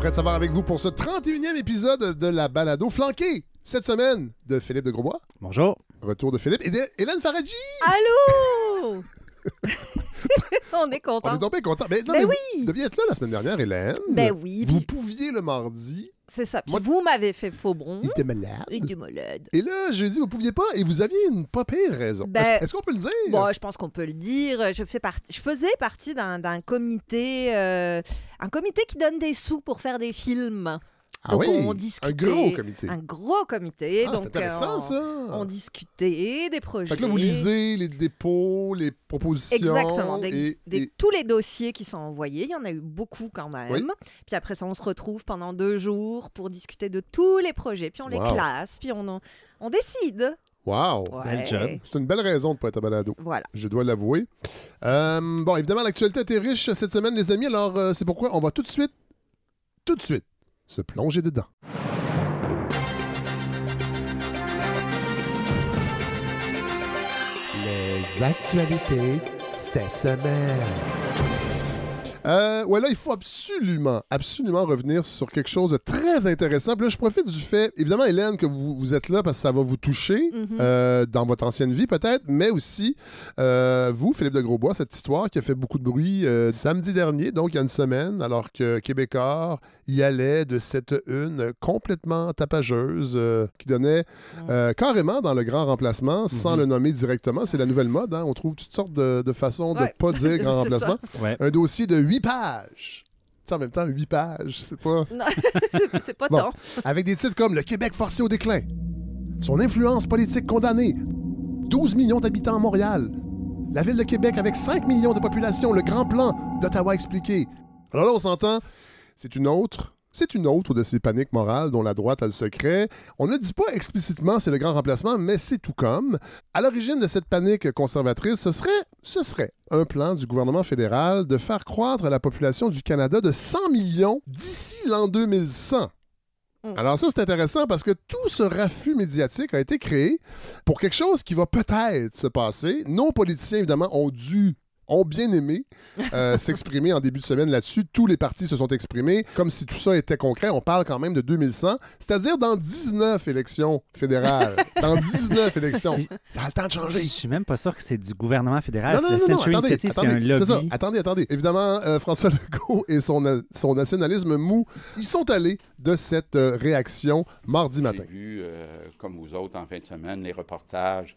Fred Savard avec vous pour ce 31e épisode de la balado, flanqué cette semaine de Philippe de Grosbois. Bonjour. Retour de Philippe et d'Hélène Faradji. Allô? On est content. On est donc bien contents. Mais oui! Vous deviez être là la semaine dernière, Hélène. Ben oui. Vous pouviez le mardi. C'est ça. Puis Moi, vous m'avez fait faux bron. Il était malade. Il était malade. Et là, jeudi, vous pouviez pas et vous aviez une pas pire raison. Ben, Est-ce qu'on peut le dire? Bon, je pense qu'on peut le dire. Je faisais partie d'un comité, un comité qui donne des sous pour faire des films. Ah Donc, oui, on discutait, un gros comité. Un gros comité. Ah, donc, c'est intéressant, ça. On discutait des projets. Fait que là, vous lisez les dépôts, les propositions. Exactement. Et... Tous les dossiers qui sont envoyés. Il y en a eu beaucoup quand même. Oui. Puis après ça, on se retrouve pendant 2 jours pour discuter de tous les projets. Puis on les classe. Puis on décide. Wow! Ouais. Bel job. C'est une belle raison de ne pas être à balado. Voilà. Je dois l'avouer. Bon, évidemment, l'actualité était riche cette semaine, les amis. Alors, c'est pourquoi on va tout de suite, se plonger dedans. Les actualités cette semaine. Ouais, là, il faut absolument revenir sur quelque chose de très intéressant. Puis là, je profite du fait, évidemment, Hélène, que vous êtes là parce que ça va vous toucher dans votre ancienne vie, peut-être, mais aussi, vous, Philippe de Grosbois, cette histoire qui a fait beaucoup de bruit samedi dernier, donc il y a une semaine, alors que Québécois y allait de cette une complètement tapageuse qui donnait carrément dans le grand remplacement, sans le nommer directement. C'est la nouvelle mode, hein? On trouve toutes sortes de façons de ne pas dire grand remplacement. Ouais. Un dossier de 8 pages. Tu sais, en même temps, 8 pages, c'est pas... Non, c'est pas Bon, tant. avec des titres comme « Le Québec forcé au déclin »,« Son influence politique condamnée »,« 12 millions d'habitants à Montréal »,« La ville de Québec avec 5 millions de population, le grand plan d'Ottawa expliqué ». Alors là, on s'entend, c'est une autre de ces paniques morales dont la droite a le secret. On ne dit pas explicitement c'est le grand remplacement, mais c'est tout comme. À l'origine de cette panique conservatrice, ce serait un plan du gouvernement fédéral de faire croître la population du Canada de 100 millions d'ici l'an 2100. Alors ça, c'est intéressant parce que tout ce raffut médiatique a été créé pour quelque chose qui va peut-être se passer. Nos politiciens, évidemment, ont bien aimé s'exprimer en début de semaine là-dessus. Tous les partis se sont exprimés comme si tout ça était concret. On parle quand même de 2100, c'est-à-dire dans 19 élections fédérales. Dans 19 élections. Ça a le temps de changer. Je suis même pas sûr que c'est du gouvernement fédéral. Non, La Century attendez, Initiative, c'est un lobby. C'est ça. Attendez. Évidemment, François Legault et son nationalisme mou, ils sont allés de cette réaction mardi matin. J'ai vu, comme vous autres, en fin de semaine, les reportages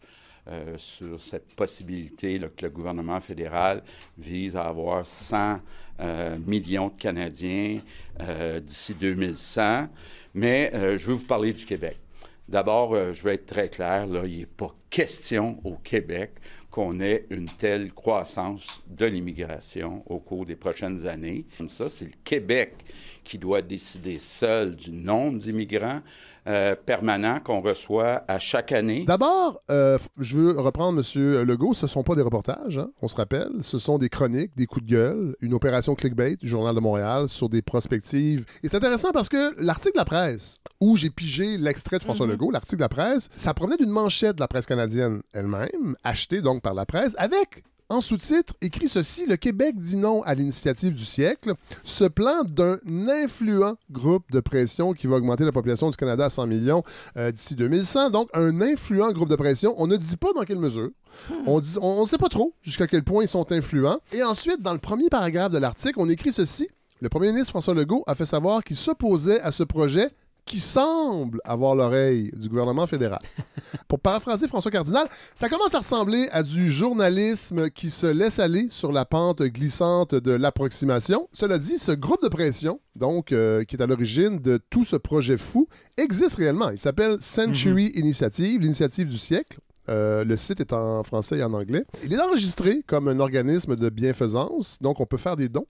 sur cette possibilité là, que le gouvernement fédéral vise à avoir 100 millions de Canadiens d'ici 2100. Mais je veux vous parler du Québec. D'abord, je vais être très clair, là, il n'est pas question au Québec qu'on ait une telle croissance de l'immigration au cours des prochaines années. Comme ça, c'est le Québec qui doit décider seul du nombre d'immigrants permanents qu'on reçoit à chaque année. D'abord, je veux reprendre M. Legault, ce ne sont pas des reportages, hein, on se rappelle, ce sont des chroniques, des coups de gueule, une opération clickbait du Journal de Montréal sur des prospectives. Et c'est intéressant parce que l'article de la presse, où j'ai pigé l'extrait de François Legault, l'article de la presse, ça provenait d'une manchette de la presse canadienne elle-même, achetée donc par la presse, avec... En sous-titre, écrit ceci, « Le Québec dit non à l'initiative du siècle, ce plan d'un influent groupe de pression qui va augmenter la population du Canada à 100 millions d'ici 2100. » Donc, un influent groupe de pression, on ne dit pas dans quelle mesure. On ne sait pas trop jusqu'à quel point ils sont influents. Et ensuite, dans le premier paragraphe de l'article, on écrit ceci, « Le premier ministre François Legault a fait savoir qu'il s'opposait à ce projet qui semble avoir l'oreille du gouvernement fédéral. » Pour paraphraser François Cardinal, ça commence à ressembler à du journalisme qui se laisse aller sur la pente glissante de l'approximation. Cela dit, ce groupe de pression, donc, qui est à l'origine de tout ce projet fou, existe réellement. Il s'appelle Century Initiative, l'initiative du siècle. Le site est en français et en anglais. Il est enregistré comme un organisme de bienfaisance, donc on peut faire des dons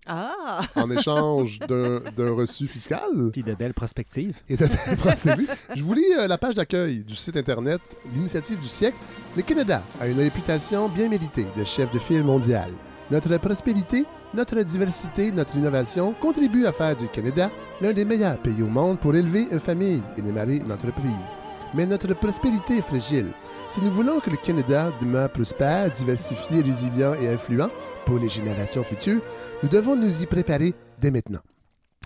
en échange d'un reçu fiscal. Puis de belles prospectives. Et de belles prospectives. Je vous lis la page d'accueil du site Internet, l'initiative du siècle. Le Canada a une réputation bien méritée de chef de file mondial. Notre prospérité, notre diversité, notre innovation contribuent à faire du Canada l'un des meilleurs pays au monde pour élever une famille et démarrer une entreprise. Mais notre prospérité est fragile. Si nous voulons que le Canada demeure prospère, diversifié, résilient et influent pour les générations futures, nous devons nous y préparer dès maintenant.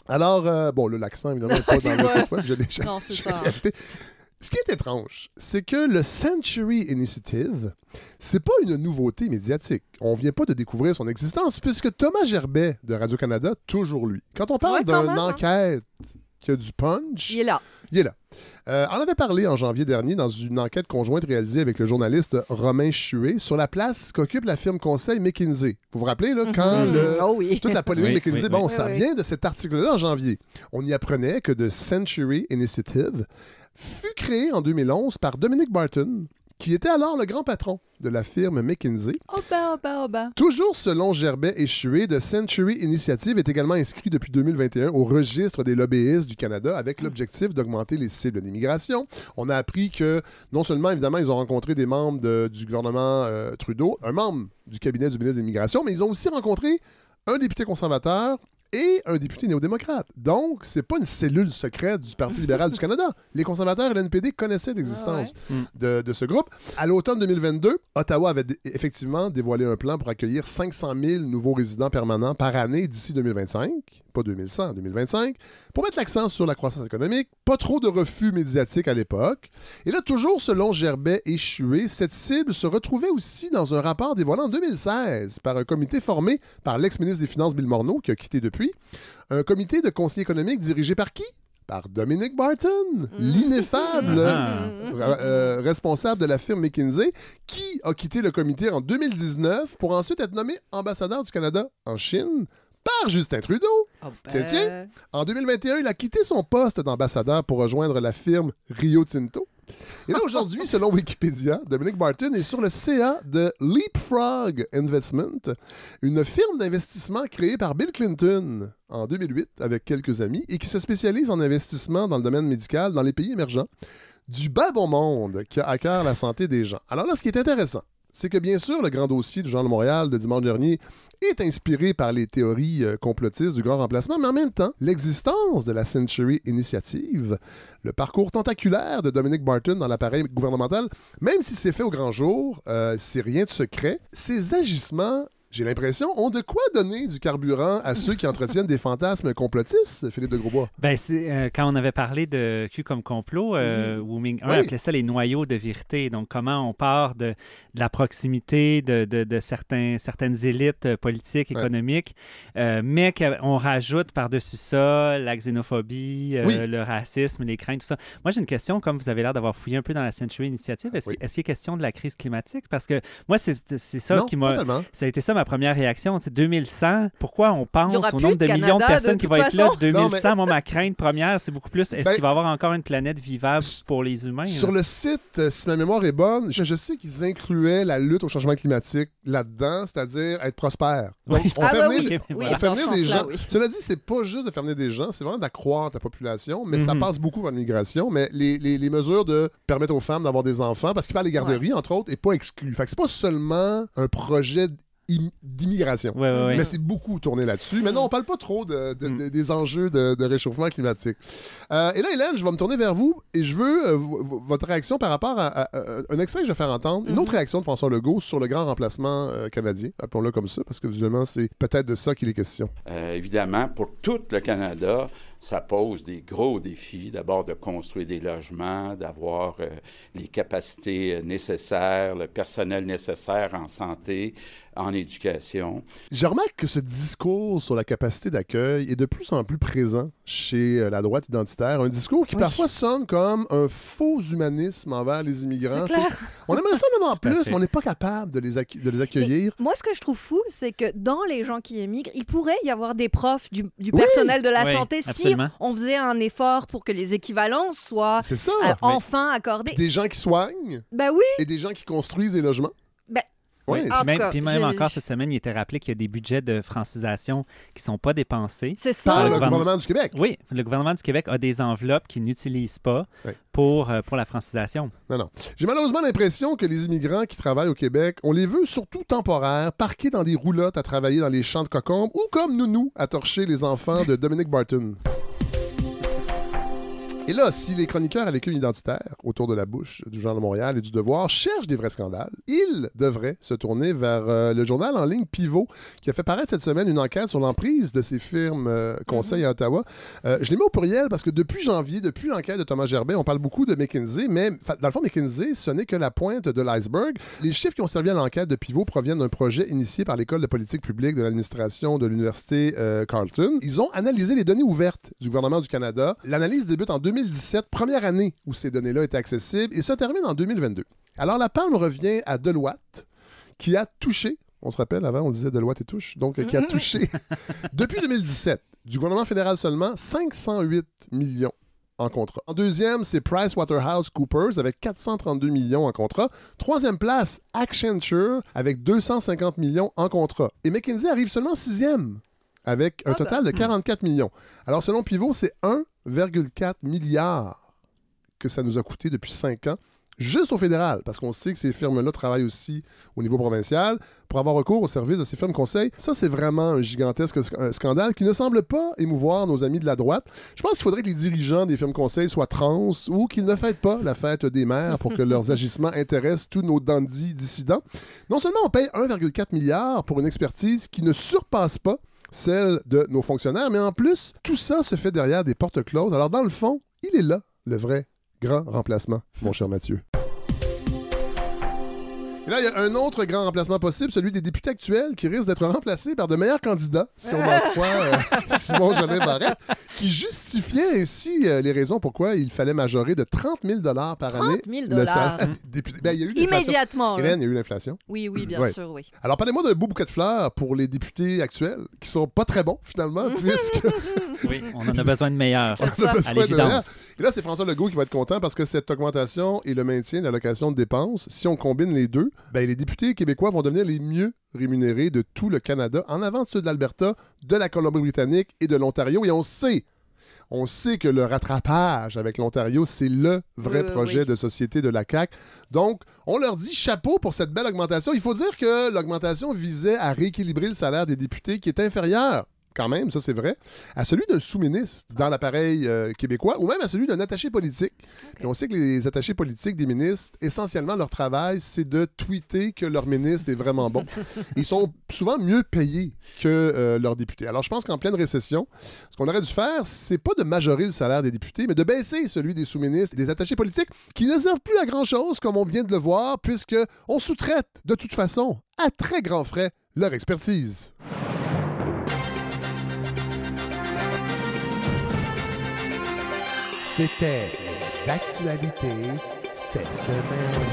Alors, bon, là, l'accent, évidemment, n'est pas dans le site web. Je l'ai Non, c'est ça. ajouté. Ce qui est étrange, c'est que le Century Initiative, c'est pas une nouveauté médiatique. On vient pas de découvrir son existence, puisque Thomas Gerbet de Radio-Canada, toujours lui. Quand on parle Ouais, quand d'une même, hein. enquête qui a du punch, Il est là. il est là. On avait parlé en janvier dernier dans une enquête conjointe réalisée avec le journaliste Romain Chuet sur la place qu'occupe la firme conseil McKinsey. Vous vous rappelez, là, quand Oh oui. toute la polémique Oui, McKinsey, oui, bon, oui. ça Oui, oui. vient de cet article-là en janvier. On y apprenait que The Century Initiative fut créé en 2011 par Dominic Barton, qui était alors le grand patron de la firme McKinsey. Oh ben. Toujours selon Gerbet et Chuet, The Century Initiative est également inscrit depuis 2021 au registre des lobbyistes du Canada avec l'objectif d'augmenter les cibles d'immigration. On a appris que non seulement, évidemment, ils ont rencontré des membres du gouvernement Trudeau, un membre du cabinet du ministre de l'Immigration, mais ils ont aussi rencontré un député conservateur et un député néo-démocrate. Donc, c'est pas une cellule secrète du Parti libéral du Canada. Les conservateurs et l'NPD connaissaient l'existence de ce groupe. À l'automne 2022, Ottawa avait effectivement dévoilé un plan pour accueillir 500 000 nouveaux résidents permanents par année d'ici 2025, pas 2100, 2025, pour mettre l'accent sur la croissance économique. Pas trop de refus médiatiques à l'époque. Et là, toujours selon Gerbet et Chuet, cette cible se retrouvait aussi dans un rapport dévoilé en 2016 par un comité formé par l'ex-ministre des Finances Bill Morneau, qui a quitté depuis. Un comité de conseillers économiques dirigé par qui? Par Dominic Barton, l'ineffable responsable de la firme McKinsey, qui a quitté le comité en 2019 pour ensuite être nommé ambassadeur du Canada en Chine par Justin Trudeau. Oh Tiens. En 2021, il a quitté son poste d'ambassadeur pour rejoindre la firme Rio Tinto. Et là, aujourd'hui, selon Wikipédia, Dominic Barton est sur le CA de Leapfrog Investment, une firme d'investissement créée par Bill Clinton en 2008 avec quelques amis et qui se spécialise en investissement dans le domaine médical dans les pays émergents du bas bon monde qui a à cœur la santé des gens. Alors là, ce qui est intéressant, c'est que bien sûr, le grand dossier du Journal de Montréal de dimanche dernier est inspiré par les théories complotistes du grand remplacement, mais en même temps, l'existence de la Century Initiative, le parcours tentaculaire de Dominic Barton dans l'appareil gouvernemental, même si c'est fait au grand jour, c'est rien de secret, ces agissements, j'ai l'impression, ont de quoi donner du carburant à ceux qui entretiennent des fantasmes complotistes, Philippe de Grosbois. Ben, quand on avait parlé de Q comme complot, Wu Ming 1 appelait ça les noyaux de vérité. Donc, comment on part de la proximité de certaines élites politiques, économiques, mais qu'on rajoute par-dessus ça la xénophobie, le racisme, les craintes, tout ça. Moi, j'ai une question, comme vous avez l'air d'avoir fouillé un peu dans la Century Initiative. Est-ce qu'il est question de la crise climatique? Parce que moi, c'est ça non, qui m'a... totalement. Ça a été ça ma première réaction. Tu sais, 2100, pourquoi on pense au plus nombre de de millions de Canada, personnes de qui toute vont être là? façon. 2100, Non, moi, ma crainte première, c'est beaucoup plus, est-ce qu'il va y avoir encore une planète vivable pour les humains? Sur le site, si ma mémoire est bonne, je sais qu'ils incluaient la lutte au changement climatique là-dedans, c'est-à-dire être prospère. Donc, on fait venir des gens. Cela dit, c'est pas juste de faire venir des gens, c'est vraiment d'accroître la population, mais ça passe beaucoup par l'immigration. Mais les mesures de permettre aux femmes d'avoir des enfants, parce qu'ils parlent des garderies, entre autres, n'est pas exclu. Fait que c'est pas seulement un projet d'immigration. Mais c'est beaucoup tourné là-dessus. Mais non, on parle pas trop des enjeux de réchauffement climatique. Et là, Hélène, je vais me tourner vers vous et je veux votre réaction par rapport à un extrait que je vais faire entendre, une autre réaction de François Legault sur le grand remplacement canadien, appelons-le comme ça, parce que visuellement, c'est peut-être de ça qu'il est question. Évidemment, pour tout le Canada, ça pose des gros défis. D'abord, de construire des logements, d'avoir les capacités nécessaires, le personnel nécessaire en santé, en éducation. Je remarque que ce discours sur la capacité d'accueil est de plus en plus présent chez la droite identitaire. Un discours qui parfois sonne comme un faux humanisme envers les immigrants. C'est clair. On aimerait ça en avoir plus, mais on n'est pas capable de les accueillir. Mais moi, ce que je trouve fou, c'est que dans les gens qui émigrent, il pourrait y avoir des profs du personnel de la santé absolument. si on faisait un effort pour que les équivalences soient enfin accordées. Des gens qui soignent et des gens qui construisent des logements. Oui, puis même encore cette semaine, il était rappelé qu'il y a des budgets de francisation qui ne sont pas dépensés. C'est ça. Par le gouvernement du Québec. Oui, le gouvernement du Québec a des enveloppes qu'il n'utilise pas pour la francisation. Non. J'ai malheureusement l'impression que les immigrants qui travaillent au Québec, on les veut surtout temporaires, parqués dans des roulottes à travailler dans les champs de cocombes ou comme Nounou à torcher les enfants de Dominic Barton. Et là, si les chroniqueurs à l'écume identitaire autour de la bouche du Journal de Montréal et du Devoir cherchent des vrais scandales, ils devraient se tourner vers le journal en ligne Pivot, qui a fait paraître cette semaine une enquête sur l'emprise de ces firmes conseils à Ottawa. Je les mets au pluriel parce que depuis janvier, depuis l'enquête de Thomas Gerbet, on parle beaucoup de McKinsey, mais dans le fond, McKinsey, ce n'est que la pointe de l'iceberg. Les chiffres qui ont servi à l'enquête de Pivot proviennent d'un projet initié par l'École de politique publique de l'administration de l'Université Carleton. Ils ont analysé les données ouvertes du gouvernement du Canada. L'analyse débute en 2017, première année où ces données-là étaient accessibles, et se termine en 2022. Alors, la palme revient à Deloitte, qui a touché, on se rappelle, avant, on disait Deloitte et touche, donc qui a touché, depuis 2017, du gouvernement fédéral seulement, 508 millions en contrat. En deuxième, c'est PricewaterhouseCoopers avec 432 millions en contrat. Troisième place, Accenture avec 250 millions en contrat. Et McKinsey arrive seulement sixième, avec un total de 44 millions. Alors, selon Pivot, c'est 1,4 milliard que ça nous a coûté depuis 5 ans, juste au fédéral, parce qu'on sait que ces firmes-là travaillent aussi au niveau provincial pour avoir recours au service de ces firmes conseils. Ça, c'est vraiment un gigantesque scandale qui ne semble pas émouvoir nos amis de la droite. Je pense qu'il faudrait que les dirigeants des firmes conseils soient trans ou qu'ils ne fêtent pas la fête des mères pour que leurs agissements intéressent tous nos dandys dissidents. Non seulement on paye 1,4 milliard pour une expertise qui ne surpasse pas celle de nos fonctionnaires, mais en plus, tout ça se fait derrière des portes closes. Alors, dans le fond, il est là, le vrai grand remplacement, mon cher Mathieu. Et là, il y a un autre grand remplacement possible, celui des députés actuels, qui risque d'être remplacé par de meilleurs candidats, si on en croit Simon Jolin-Barrette, qui justifiait ainsi les raisons pourquoi il fallait majorer de 30 000 $ par année 30 000 le salaire des députés. Ben, il y a eu l'inflation. Immédiatement. Hélène, il y a eu l'inflation. Oui, bien sûr, oui. Alors, parlez-moi d'un beau bouquet de fleurs pour les députés actuels, qui sont pas très bons, finalement, puisque... Oui, on en a besoin de meilleurs, à l'évidence. Et là, c'est François Legault qui va être content parce que cette augmentation et le maintien de l'allocation de dépenses, si on combine les deux, ben, les députés québécois vont devenir les mieux rémunérés de tout le Canada, en avant de ceux de l'Alberta, de la Colombie-Britannique et de l'Ontario. Et on sait que le rattrapage avec l'Ontario, c'est le vrai projet de société de la CAQ. Donc, on leur dit chapeau pour cette belle augmentation. Il faut dire que l'augmentation visait à rééquilibrer le salaire des députés qui est inférieur, quand même, ça c'est vrai, à celui d'un sous-ministre dans l'appareil québécois ou même à celui d'un attaché politique. Okay. Et on sait que les attachés politiques des ministres, essentiellement leur travail, c'est de tweeter que leur ministre est vraiment bon. Ils sont souvent mieux payés que leurs députés. Alors je pense qu'en pleine récession, ce qu'on aurait dû faire, c'est pas de majorer le salaire des députés, mais de baisser celui des sous-ministres et des attachés politiques qui ne servent plus à grand-chose, comme on vient de le voir, puisqu'on sous-traite de toute façon, à très grands frais, leur expertise. C'était les actualités cette semaine.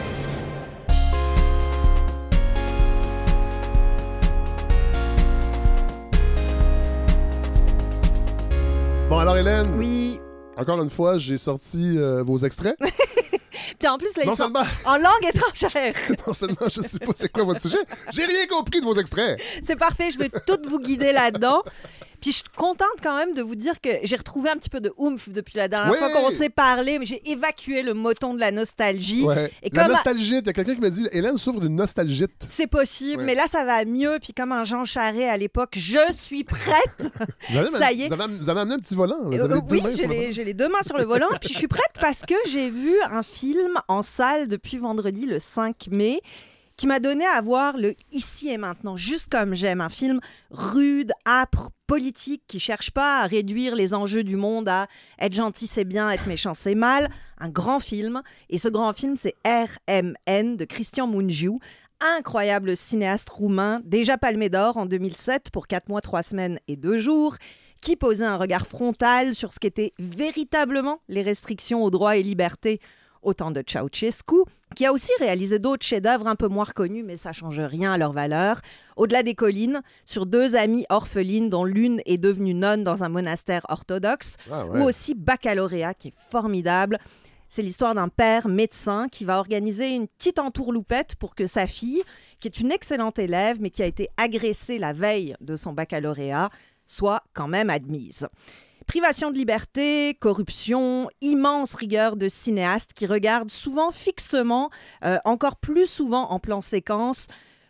Bon, alors Hélène. Oui. Encore une fois, j'ai sorti vos extraits. Puis en plus, là, ils sont en langue étrangère. Non seulement, je sais pas c'est quoi votre sujet, j'ai rien compris de vos extraits. C'est parfait, je vais toutes vous guider là-dedans. Puis je suis contente quand même de vous dire que j'ai retrouvé un petit peu de oomph depuis la dernière fois qu'on s'est parlé, mais j'ai évacué le moton de la nostalgie. Ouais. Et la nostalgite, il y a quelqu'un qui m'a dit Hélène souffre d'une nostalgite. C'est possible, mais là ça va mieux. Puis comme un Jean Charest à l'époque, je suis prête. Ça y est. Vous avez amené un petit volant. Oui, j'ai les deux mains sur le volant. Puis je suis prête parce que j'ai vu un film en salle depuis vendredi le 5 mai. Qui m'a donné à voir le ici et maintenant, juste comme j'aime. Un film rude, âpre, politique, qui cherche pas à réduire les enjeux du monde à être gentil c'est bien, être méchant c'est mal. Un grand film. Et ce grand film, c'est RMN de Cristian Mungiu. Incroyable cinéaste roumain, déjà palmé d'or en 2007 pour 4 mois, 3 semaines et 2 jours, qui posait un regard frontal sur ce qu'étaient véritablement les restrictions aux droits et libertés au temps de Ceausescu, qui a aussi réalisé d'autres chefs-d'œuvre un peu moins reconnus, mais ça ne change rien à leur valeur. Au-delà des collines, sur 2 amies orphelines, dont l'une est devenue nonne dans un monastère orthodoxe, ou aussi Baccalauréat, qui est formidable. C'est l'histoire d'un père médecin qui va organiser une petite entourloupette pour que sa fille, qui est une excellente élève, mais qui a été agressée la veille de son baccalauréat, soit quand même admise. Privation de liberté, corruption, immense rigueur de cinéastes qui regardent souvent fixement, encore plus souvent en plan séquence,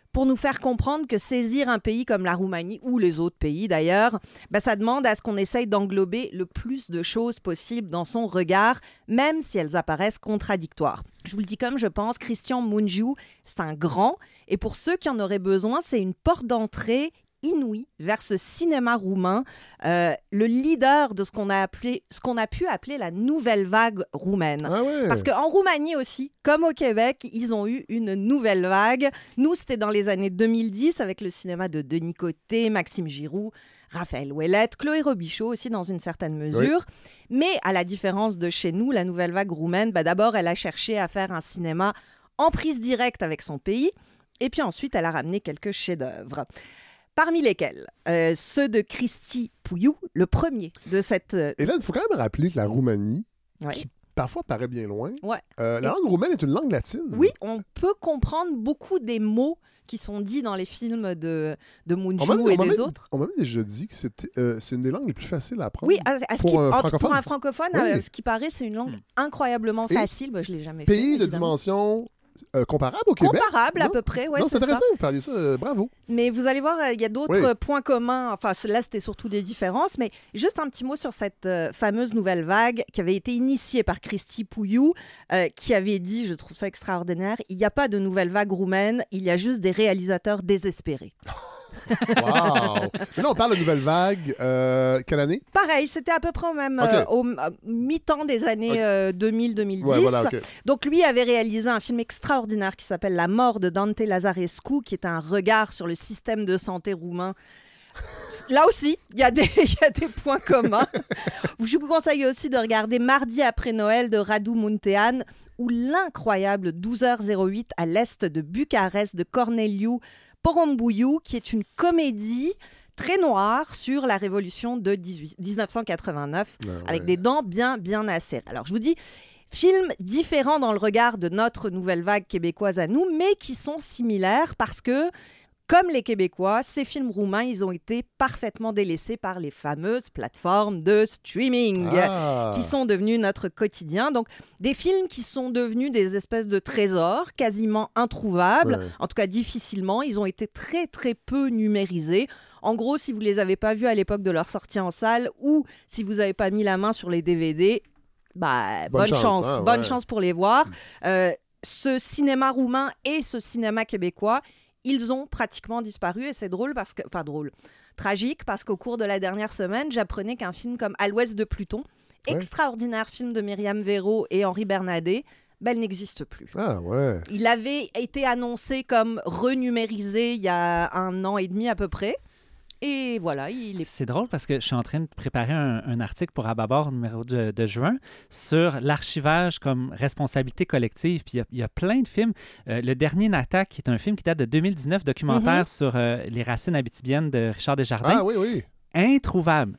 pour nous faire comprendre que saisir un pays comme la Roumanie, ou les autres pays d'ailleurs, ça demande à ce qu'on essaye d'englober le plus de choses possibles dans son regard, même si elles apparaissent contradictoires. Je vous le dis comme je pense, Cristian Mungiu, c'est un grand, et pour ceux qui en auraient besoin, c'est une porte d'entrée inouï vers ce cinéma roumain, le leader de ce qu'on a pu appeler la nouvelle vague roumaine. Ah ouais. Parce qu'en Roumanie aussi, comme au Québec, ils ont eu une nouvelle vague. Nous, c'était dans les années 2010 avec le cinéma de Denis Côté, Maxime Giroux, Raphaël Ouellette, Chloé Robichaud aussi dans une certaine mesure. Oui. Mais à la différence de chez nous, la nouvelle vague roumaine, d'abord, elle a cherché à faire un cinéma en prise directe avec son pays. Et puis ensuite, elle a ramené quelques chefs-d'œuvre. Parmi lesquels ceux de Cristi Puiu, le premier de cette... Et là, il faut quand même rappeler que la Roumanie, qui parfois paraît bien loin, la langue roumaine est une langue latine. Oui, on peut comprendre beaucoup des mots qui sont dits dans les films de Mungiu et des autres. On m'a même déjà dit que c'est une des langues les plus faciles à apprendre. Oui, pour un francophone, oui. Ce qui paraît, c'est une langue incroyablement facile. Moi, je ne l'ai jamais fait. Pays de dimension... comparable au Québec? Comparable, à peu près, oui. Non, c'est intéressant, vous parliez ça, bravo. Mais vous allez voir, il y a d'autres points communs. Enfin, là, c'était surtout des différences. Mais juste un petit mot sur cette fameuse nouvelle vague qui avait été initiée par Cristi Puiu, qui avait dit, je trouve ça extraordinaire, il n'y a pas de nouvelle vague roumaine, il y a juste des réalisateurs désespérés. Wow! Mais là, on parle de nouvelle vague. Quelle année? Pareil, c'était à peu près au mi-temps des années 2000-2010. Ouais, voilà, Donc, lui avait réalisé un film extraordinaire qui s'appelle La mort de Dante Lazarescu, qui est un regard sur le système de santé roumain. Là aussi, il y a des points communs. Je vous conseille aussi de regarder Mardi après Noël de Radu Muntean, ou l'incroyable 12h08 à l'est de Bucarest de Corneliu Porumboiu, qui est une comédie très noire sur la révolution de 1989, avec des dents bien acérées. Alors, je vous dis, film différent dans le regard de notre nouvelle vague québécoise à nous, mais qui sont similaires parce que, comme les Québécois, ces films roumains, ils ont été parfaitement délaissés par les fameuses plateformes de streaming qui sont devenues notre quotidien. Donc, des films qui sont devenus des espèces de trésors quasiment introuvables, en tout cas difficilement. Ils ont été très, très peu numérisés. En gros, si vous ne les avez pas vus à l'époque de leur sortie en salle ou si vous n'avez pas mis la main sur les DVD, bonne chance. Bonne chance pour les voir. Ce cinéma roumain et ce cinéma québécois, ils ont pratiquement disparu et c'est tragique parce qu'au cours de la dernière semaine, j'apprenais qu'un film comme À l'ouest de Pluton, extraordinaire film de Myriam Véraud et Henri Bernadet, elle n'existe plus. Ah ouais. Il avait été annoncé comme renumérisé il y a 1 an et demi à peu près. Et voilà, C'est drôle parce que je suis en train de préparer un article pour Ababord numéro de juin sur l'archivage comme responsabilité collective. Puis il y a plein de films. Le dernier Nata, qui est un film qui date de 2019, documentaire sur les racines abitibiennes de Richard Desjardins. Ah oui. Introuvable.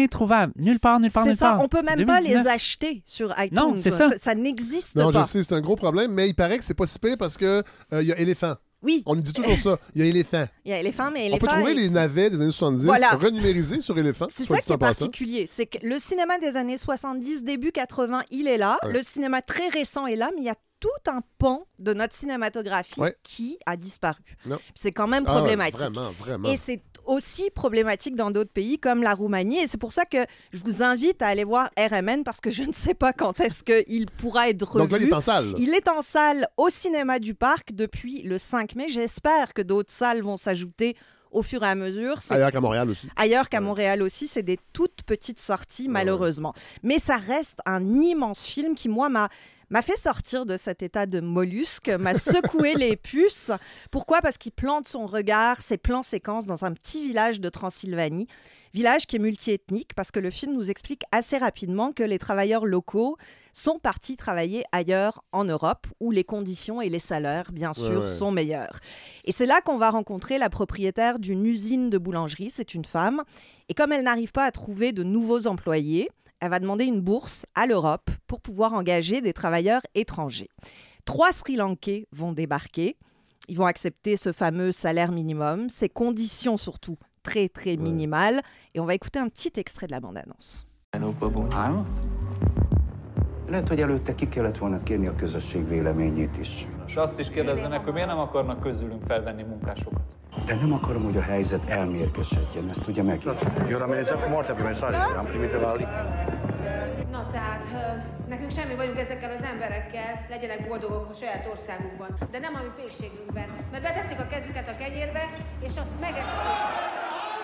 Nulle part. C'est ça, on peut même pas les acheter sur iTunes. Non, c'est ça. Ça n'existe pas. Non, je sais, c'est un gros problème, mais il paraît que c'est pas si pire parce que il y a Éléphant. Oui. On dit toujours ça. Il y a Éléphant. Il y a Éléphant, mais On peut trouver les navets des années 70 renumérisés sur Éléphant. C'est ça qui est particulier. C'est que le cinéma des années 70, début 80, il est là. Le cinéma très récent est là, mais il y a tout un pan de notre cinématographie qui a disparu. C'est quand même problématique. Vraiment. Et c'est aussi problématique dans d'autres pays comme la Roumanie. Et c'est pour ça que je vous invite à aller voir RMN parce que je ne sais pas quand est-ce qu'il pourra être revu. Donc là, il est en salle. Il est en salle au Cinéma du Parc depuis le 5 mai. J'espère que d'autres salles vont s'ajouter au fur et à mesure. Ailleurs qu'à Montréal aussi. Ailleurs qu'à Montréal aussi, c'est des toutes petites sorties, malheureusement. Mais ça reste un immense film qui, moi, m'a fait sortir de cet état de mollusque, m'a secoué les puces. Pourquoi? Parce qu'il plante son regard, ses plans-séquences dans un petit village de Transylvanie. Village qui est multiethnique parce que le film nous explique assez rapidement que les travailleurs locaux sont partis travailler ailleurs en Europe où les conditions et les salaires, bien sûr, sont meilleurs. Et c'est là qu'on va rencontrer la propriétaire d'une usine de boulangerie. C'est une femme. Et comme elle n'arrive pas à trouver de nouveaux employés, elle va demander une bourse à l'Europe pour pouvoir engager des travailleurs étrangers. 3 Sri Lankais vont débarquer. Ils vont accepter ce fameux salaire minimum, ces conditions surtout très, très minimales. Et on va écouter un petit extrait de la bande-annonce. Lehet, hogy előtte ki kellett volna kérni a közösség véleményét is. És azt is kérdezze meg, hogy miért nem akarnak közülünk felvenni munkásokat. De nem akarom, hogy a helyzet elmérgesedjen, ezt ugye megértjük. Io organizzato morte per mensaggi, abbiamo primito la lì. Na tehát, nekünk semmi bajunk ezekkel az emberekkel, legyenek boldogok a saját országukban, de nem a mi pékségünkben, mert beteszik a kezüket a kenyérbe, és azt megeszik.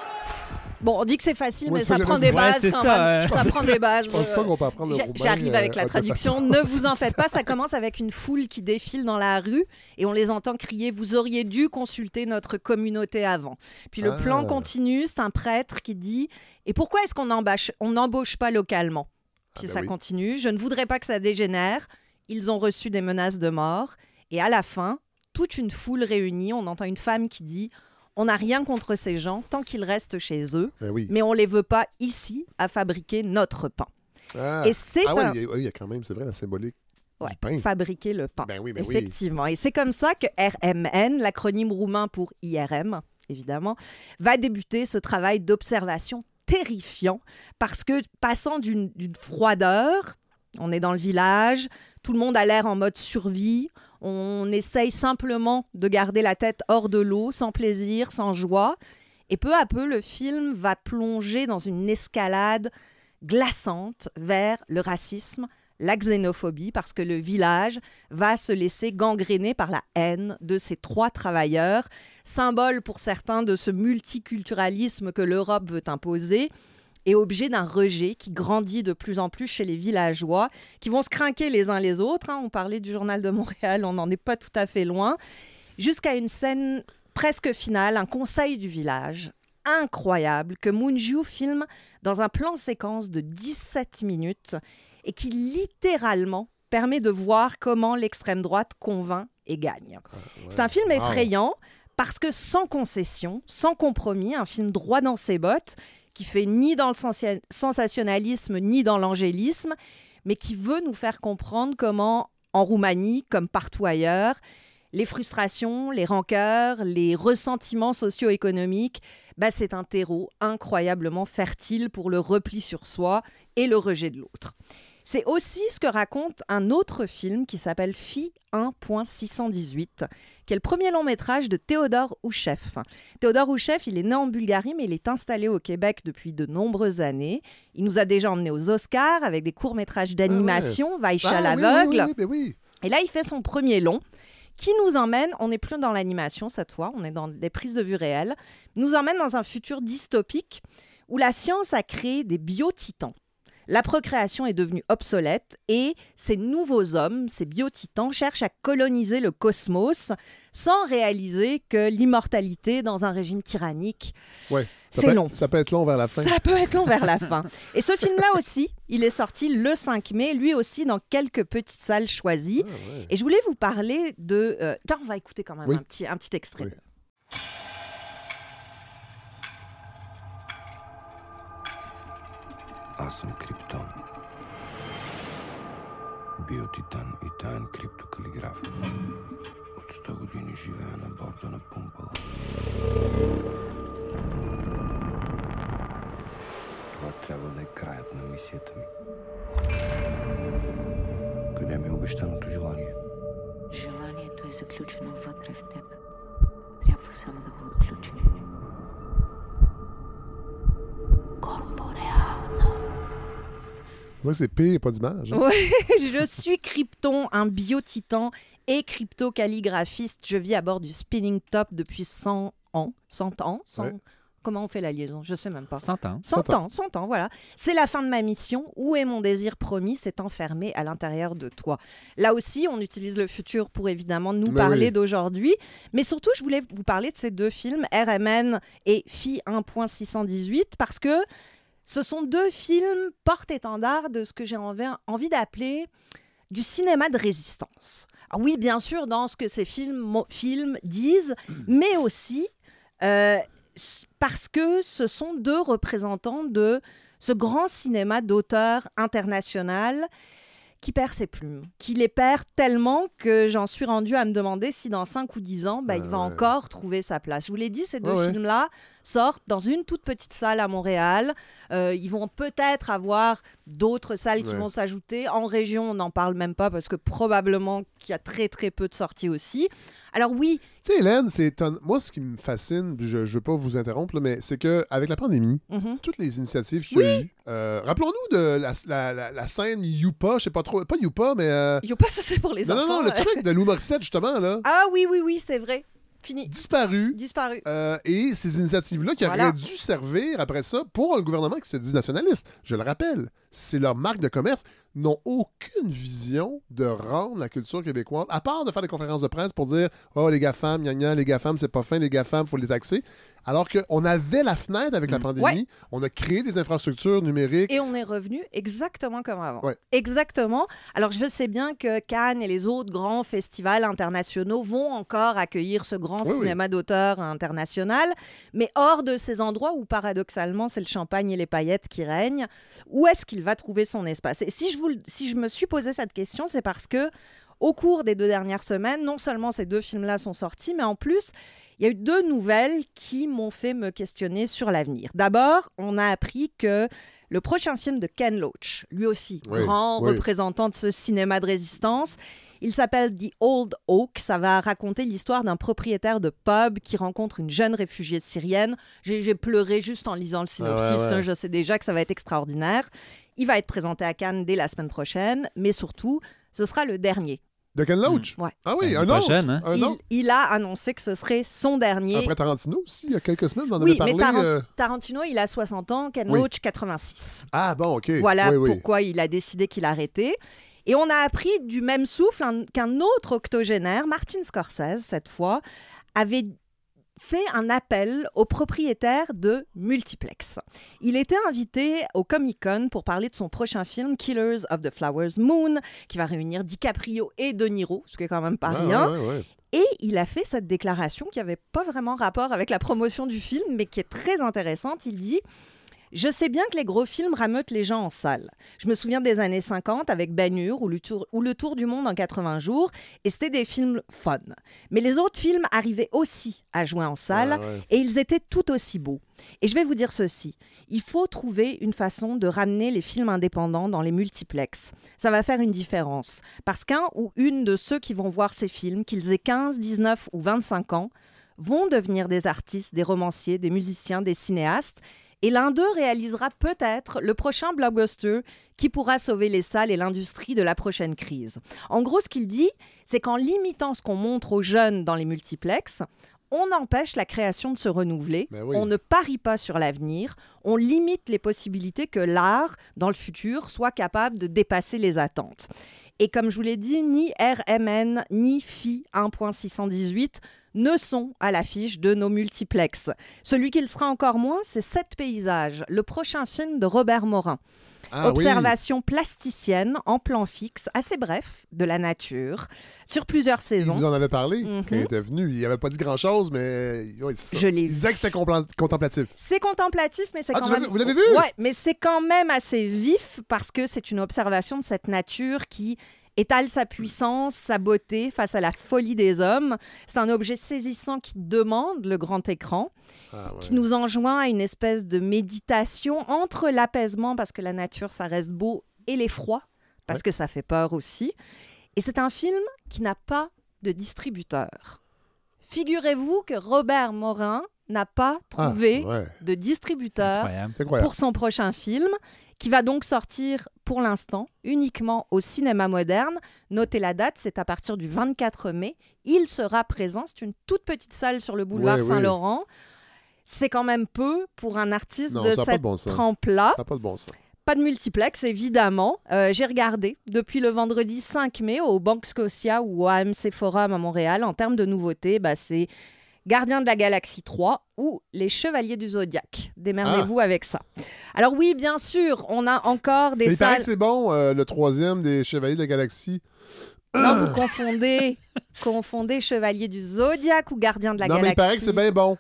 Bon, on dit que c'est facile, Ouais, mais ça, ça prend j'avais des dit. bases Ouais, quand c'est ça, même. Ça prend des bases. Je pense pas qu'on peut apprendre le roumain. J'arrive avec la de traduction. façon- Ne vous en faites pas, ça commence avec une foule qui défile dans la rue et on les entend crier « Vous auriez dû consulter notre communauté avant ». Puis le plan continue, c'est un prêtre qui dit « Et pourquoi est-ce qu'on n'embauche pas localement ?» Puis ça continue « Je ne voudrais pas que ça dégénère. Ils ont reçu des menaces de mort. » Et à la fin, toute une foule réunie, on entend une femme qui dit « On n'a rien contre ces gens tant qu'ils restent chez eux, mais on ne les veut pas ici à fabriquer notre pain. » Et c'est il y a quand même, c'est vrai, la symbolique du pain. Fabriquer le pain. Ben oui. Effectivement. Et c'est comme ça que RMN, l'acronyme roumain pour IRM, évidemment, va débuter ce travail d'observation terrifiant parce que passant d'une froideur, on est dans le village, tout le monde a l'air en mode survie, on essaye simplement de garder la tête hors de l'eau, sans plaisir, sans joie. Et peu à peu, le film va plonger dans une escalade glaçante vers le racisme, la xénophobie, parce que le village va se laisser gangréner par la haine de ces 3 travailleurs, symbole pour certains de ce multiculturalisme que l'Europe veut imposer, et objet d'un rejet qui grandit de plus en plus chez les villageois, qui vont se crinquer les uns les autres. On parlait du Journal de Montréal, on n'en est pas tout à fait loin, jusqu'à une scène presque finale, un conseil du village incroyable que Mungiu filme dans un plan séquence de 17 minutes et qui littéralement permet de voir comment l'extrême droite convainc et gagne. C'est un film effrayant parce que sans concession, sans compromis, un film droit dans ses bottes, qui fait ni dans le sensationnalisme ni dans l'angélisme, mais qui veut nous faire comprendre comment, en Roumanie, comme partout ailleurs, les frustrations, les rancœurs, les ressentiments socio-économiques, c'est un terreau incroyablement fertile pour le repli sur soi et le rejet de l'autre. C'est aussi ce que raconte un autre film qui s'appelle Phi 1.618, qui est le premier long métrage de Théodore Houchev. Théodore Houchev, il est né en Bulgarie, mais il est installé au Québec depuis de nombreuses années. Il nous a déjà emmenés aux Oscars avec des courts-métrages d'animation, Vaïcha l'aveugle. Oui. Et là, il fait son premier long qui nous emmène, on n'est plus dans l'animation cette fois, on est dans des prises de vue réelles, nous emmène dans un futur dystopique où la science a créé des biotitans. La procréation est devenue obsolète et ces nouveaux hommes, ces biotitans, cherchent à coloniser le cosmos sans réaliser que l'immortalité dans un régime tyrannique, c'est long. Ça peut être long vers la fin. Ça peut être long vers la fin. Et ce film-là aussi, il est sorti le 5 mai, lui aussi dans quelques petites salles choisies. Et je voulais vous parler de... Tiens, on va écouter quand même un petit extrait. Аз съм Криптон. Биотитан и таен криптокалиграф. От 100 години живея на борда на Пумпала. Това трябва да е краят на мисията ми. Къде ми е обещаното желание? Желанието е заключено вътре в теб. Трябва само да го отключим. Ouais, c'est pire, pas d'image. Hein? Oui, je suis Krypton, un biotitan et crypto-calligraphiste. Je vis à bord du Spinning Top depuis 100 ans. 100 ans Comment on fait la liaison? Je sais même pas. 100 ans. 100 ans, voilà. C'est la fin de ma mission. Où est mon désir promis? C'est enfermé à l'intérieur de toi. Là aussi, on utilise le futur pour évidemment nous parler d'aujourd'hui. Mais surtout, je voulais vous parler de ces 2 films, RMN et Phi 1.618, parce que ce sont 2 films porte-étendards de ce que j'ai envie d'appeler du cinéma de résistance. Alors oui, bien sûr, dans ce que ces films disent, mais aussi parce que ce sont 2 représentants de ce grand cinéma d'auteur international qui perd ses plumes, qui les perd tellement que j'en suis rendue à me demander si dans 5 ou 10 ans, il va encore trouver sa place. Je vous l'ai dit, ces 2 films-là sortent dans une toute petite salle à Montréal. Ils vont peut-être avoir d'autres salles qui vont s'ajouter. En région, on n'en parle même pas parce que probablement qu'il y a très très peu de sorties aussi. Alors oui. Tu sais, Hélène, moi, ce qui me fascine, je ne veux pas vous interrompre, là, mais c'est qu'avec la pandémie, toutes les initiatives qu'il y a eu, rappelons-nous de la scène Youpa, je sais pas trop, pas Youpa, mais... Youpa, ça c'est pour les enfants. Non, le truc de Lou Morissette, justement, là. Ah oui, c'est vrai. Fini. Disparu. Et ces initiatives-là qui auraient dû servir après ça pour un gouvernement qui se dit nationaliste, je le rappelle, c'est leur marque de commerce, n'ont aucune vision de rendre la culture québécoise, à part de faire des conférences de presse pour dire « Oh, les GAFAM, gna les GAFAM, c'est pas fin, les GAFAM, faut les taxer ». Alors qu'on avait la fenêtre avec la pandémie, on a créé des infrastructures numériques. Et on est revenu exactement comme avant. Ouais. Exactement. Alors, je sais bien que Cannes et les autres grands festivals internationaux vont encore accueillir ce grand cinéma d'auteur international, mais hors de ces endroits où, paradoxalement, c'est le champagne et les paillettes qui règnent, où est-ce qu'il va trouver son espace? Et si je me suis posé cette question, c'est parce que au cours des 2 dernières semaines, non seulement ces 2 films-là sont sortis, mais en plus, il y a eu 2 nouvelles qui m'ont fait me questionner sur l'avenir. D'abord, on a appris que le prochain film de Ken Loach, lui aussi, grand représentant de ce cinéma de résistance, il s'appelle The Old Oak. Ça va raconter l'histoire d'un propriétaire de pub qui rencontre une jeune réfugiée syrienne. J'ai pleuré juste en lisant le synopsis. Je sais déjà que ça va être extraordinaire. Il va être présenté à Cannes dès la semaine prochaine, mais surtout, ce sera le dernier. De Ken Loach? Ouais. Ah oui, un autre. Jeune, hein? Il a annoncé que ce serait son dernier. Après Tarantino aussi, il y a quelques semaines, on en avait parlé. Mais Tarantino, il a 60 ans, Ken Loach, 86. Ah bon, OK. Voilà pourquoi il a décidé qu'il arrêtait. Et on a appris du même souffle qu'un autre octogénaire, Martin Scorsese, cette fois, avait fait un appel aux propriétaires de multiplex. Il était invité au Comic-Con pour parler de son prochain film Killers of the Flower Moon, qui va réunir DiCaprio et De Niro, ce qui est quand même pas rien. Et il a fait cette déclaration qui n'avait pas vraiment rapport avec la promotion du film, mais qui est très intéressante. Il dit: je sais bien que les gros films rameutent les gens en salle. Je me souviens des années 50 avec Ben-Hur ou le Tour du monde en 80 jours, et c'était des films fun. Mais les autres films arrivaient aussi à jouer en salle, et ils étaient tout aussi beaux. Et je vais vous dire ceci, il faut trouver une façon de ramener les films indépendants dans les multiplex. Ça va faire une différence, parce qu'un ou une de ceux qui vont voir ces films, qu'ils aient 15, 19 ou 25 ans, vont devenir des artistes, des romanciers, des musiciens, des cinéastes, et l'un d'eux réalisera peut-être le prochain blockbuster qui pourra sauver les salles et l'industrie de la prochaine crise. En gros, ce qu'il dit, c'est qu'en limitant ce qu'on montre aux jeunes dans les multiplex, on empêche la création de se renouveler, on ne parie pas sur l'avenir, on limite les possibilités que l'art, dans le futur, soit capable de dépasser les attentes. Et comme je vous l'ai dit, ni RMN, ni FI 1.618 ne sont à l'affiche de nos multiplex. Celui qui le sera encore moins, c'est 7 paysages, le prochain film de Robert Morin. Observation plasticienne en plan fixe, assez bref, de la nature, sur plusieurs saisons. Il vous en avait parlé quand il était venu. Il n'avait pas dit grand-chose, mais c'est ça. Je l'ai vu. Il disait que c'était contemplatif. C'est contemplatif, mais c'est quand même... Vous l'avez vu? Oui, mais c'est quand même assez vif parce que c'est une observation de cette nature qui étale sa puissance, sa beauté face à la folie des hommes. C'est un objet saisissant qui demande le grand écran, qui nous enjoint à une espèce de méditation entre l'apaisement, parce que la nature, ça reste beau, et l'effroi, parce que ça fait peur aussi. Et c'est un film qui n'a pas de distributeur. Figurez-vous que Robert Morin n'a pas trouvé de distributeur pour son prochain film, qui va donc sortir pour l'instant uniquement au cinéma moderne. Notez la date, c'est à partir du 24 mai. Il sera présent, c'est une toute petite salle sur le boulevard Saint-Laurent. C'est quand même peu pour un artiste de cette trempe-là. Ça n'a pas de bon sens. Pas de multiplex, évidemment. J'ai regardé depuis le vendredi 5 mai au Banque Scotia ou au AMC Forum à Montréal. En termes de nouveautés, c'est Gardiens de la Galaxie 3 ou Les Chevaliers du Zodiaque. Démerdez-vous avec ça. Alors oui, bien sûr, on a encore des salles... Il paraît que c'est bon, le 3e des Chevaliers de la Galaxie. Non, vous confondez Chevaliers du Zodiaque ou Gardiens de la Galaxie. Non, mais il paraît que c'est bien bon.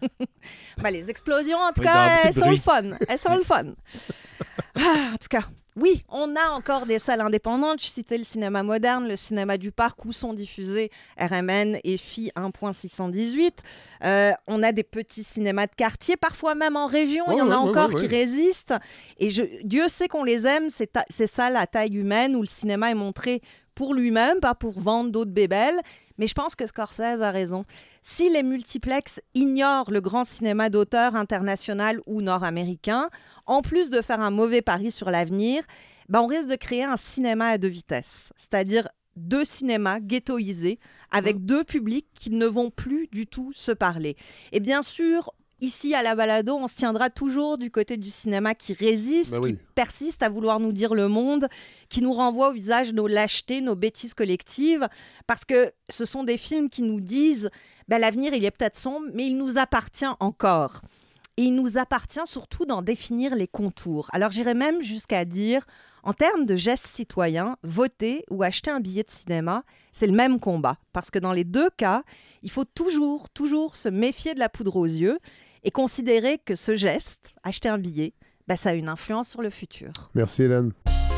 Les explosions, en tout cas, elles sont le fun. En tout cas, Oui, on a encore des salles indépendantes. Je citais le cinéma moderne, le cinéma du parc où sont diffusés RMN et FI 1.618. On a des petits cinémas de quartier, parfois même en région. Il y en a encore qui résistent. Et Dieu sait qu'on les aime, ces salles à taille humaine où le cinéma est montré pour lui-même, pas pour vendre d'autres bébelles. Mais je pense que Scorsese a raison. Si les multiplexes ignorent le grand cinéma d'auteur international ou nord-américain, en plus de faire un mauvais pari sur l'avenir, on risque de créer un cinéma à deux vitesses. C'est-à-dire 2 cinémas ghettoisés avec 2 publics qui ne vont plus du tout se parler. Et bien sûr, ici, à la Balado, on se tiendra toujours du côté du cinéma qui résiste, qui persiste à vouloir nous dire le monde, qui nous renvoie au visage nos lâchetés, nos bêtises collectives, parce que ce sont des films qui nous disent l'avenir, il est peut-être sombre, mais il nous appartient encore. Et il nous appartient surtout d'en définir les contours. Alors, j'irais même jusqu'à dire, en termes de gestes citoyens, voter ou acheter un billet de cinéma, c'est le même combat. Parce que dans les 2 cas, il faut toujours se méfier de la poudre aux yeux et considérer que ce geste, acheter un billet, ça a une influence sur le futur. Merci Hélène.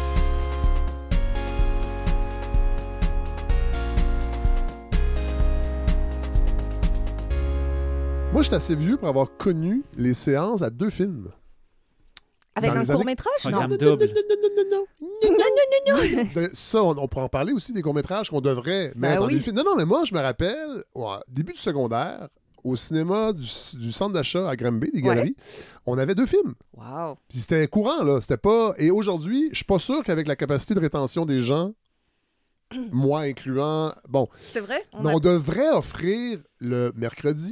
Moi, je suis assez vieux pour avoir connu les séances à 2 films. Avec un court-métrage, non? Non. Ça, on pourrait en parler aussi des courts-métrages qu'on devrait mettre dans des films. Non, mais moi, je me rappelle, au début du secondaire, au cinéma du centre d'achat à Granby, des galeries, on avait 2 films. Wow. Puis c'était courant, là. C'était pas... Et aujourd'hui, je suis pas sûr qu'avec la capacité de rétention des gens, moi incluant... Bon. C'est vrai? On devrait offrir le mercredi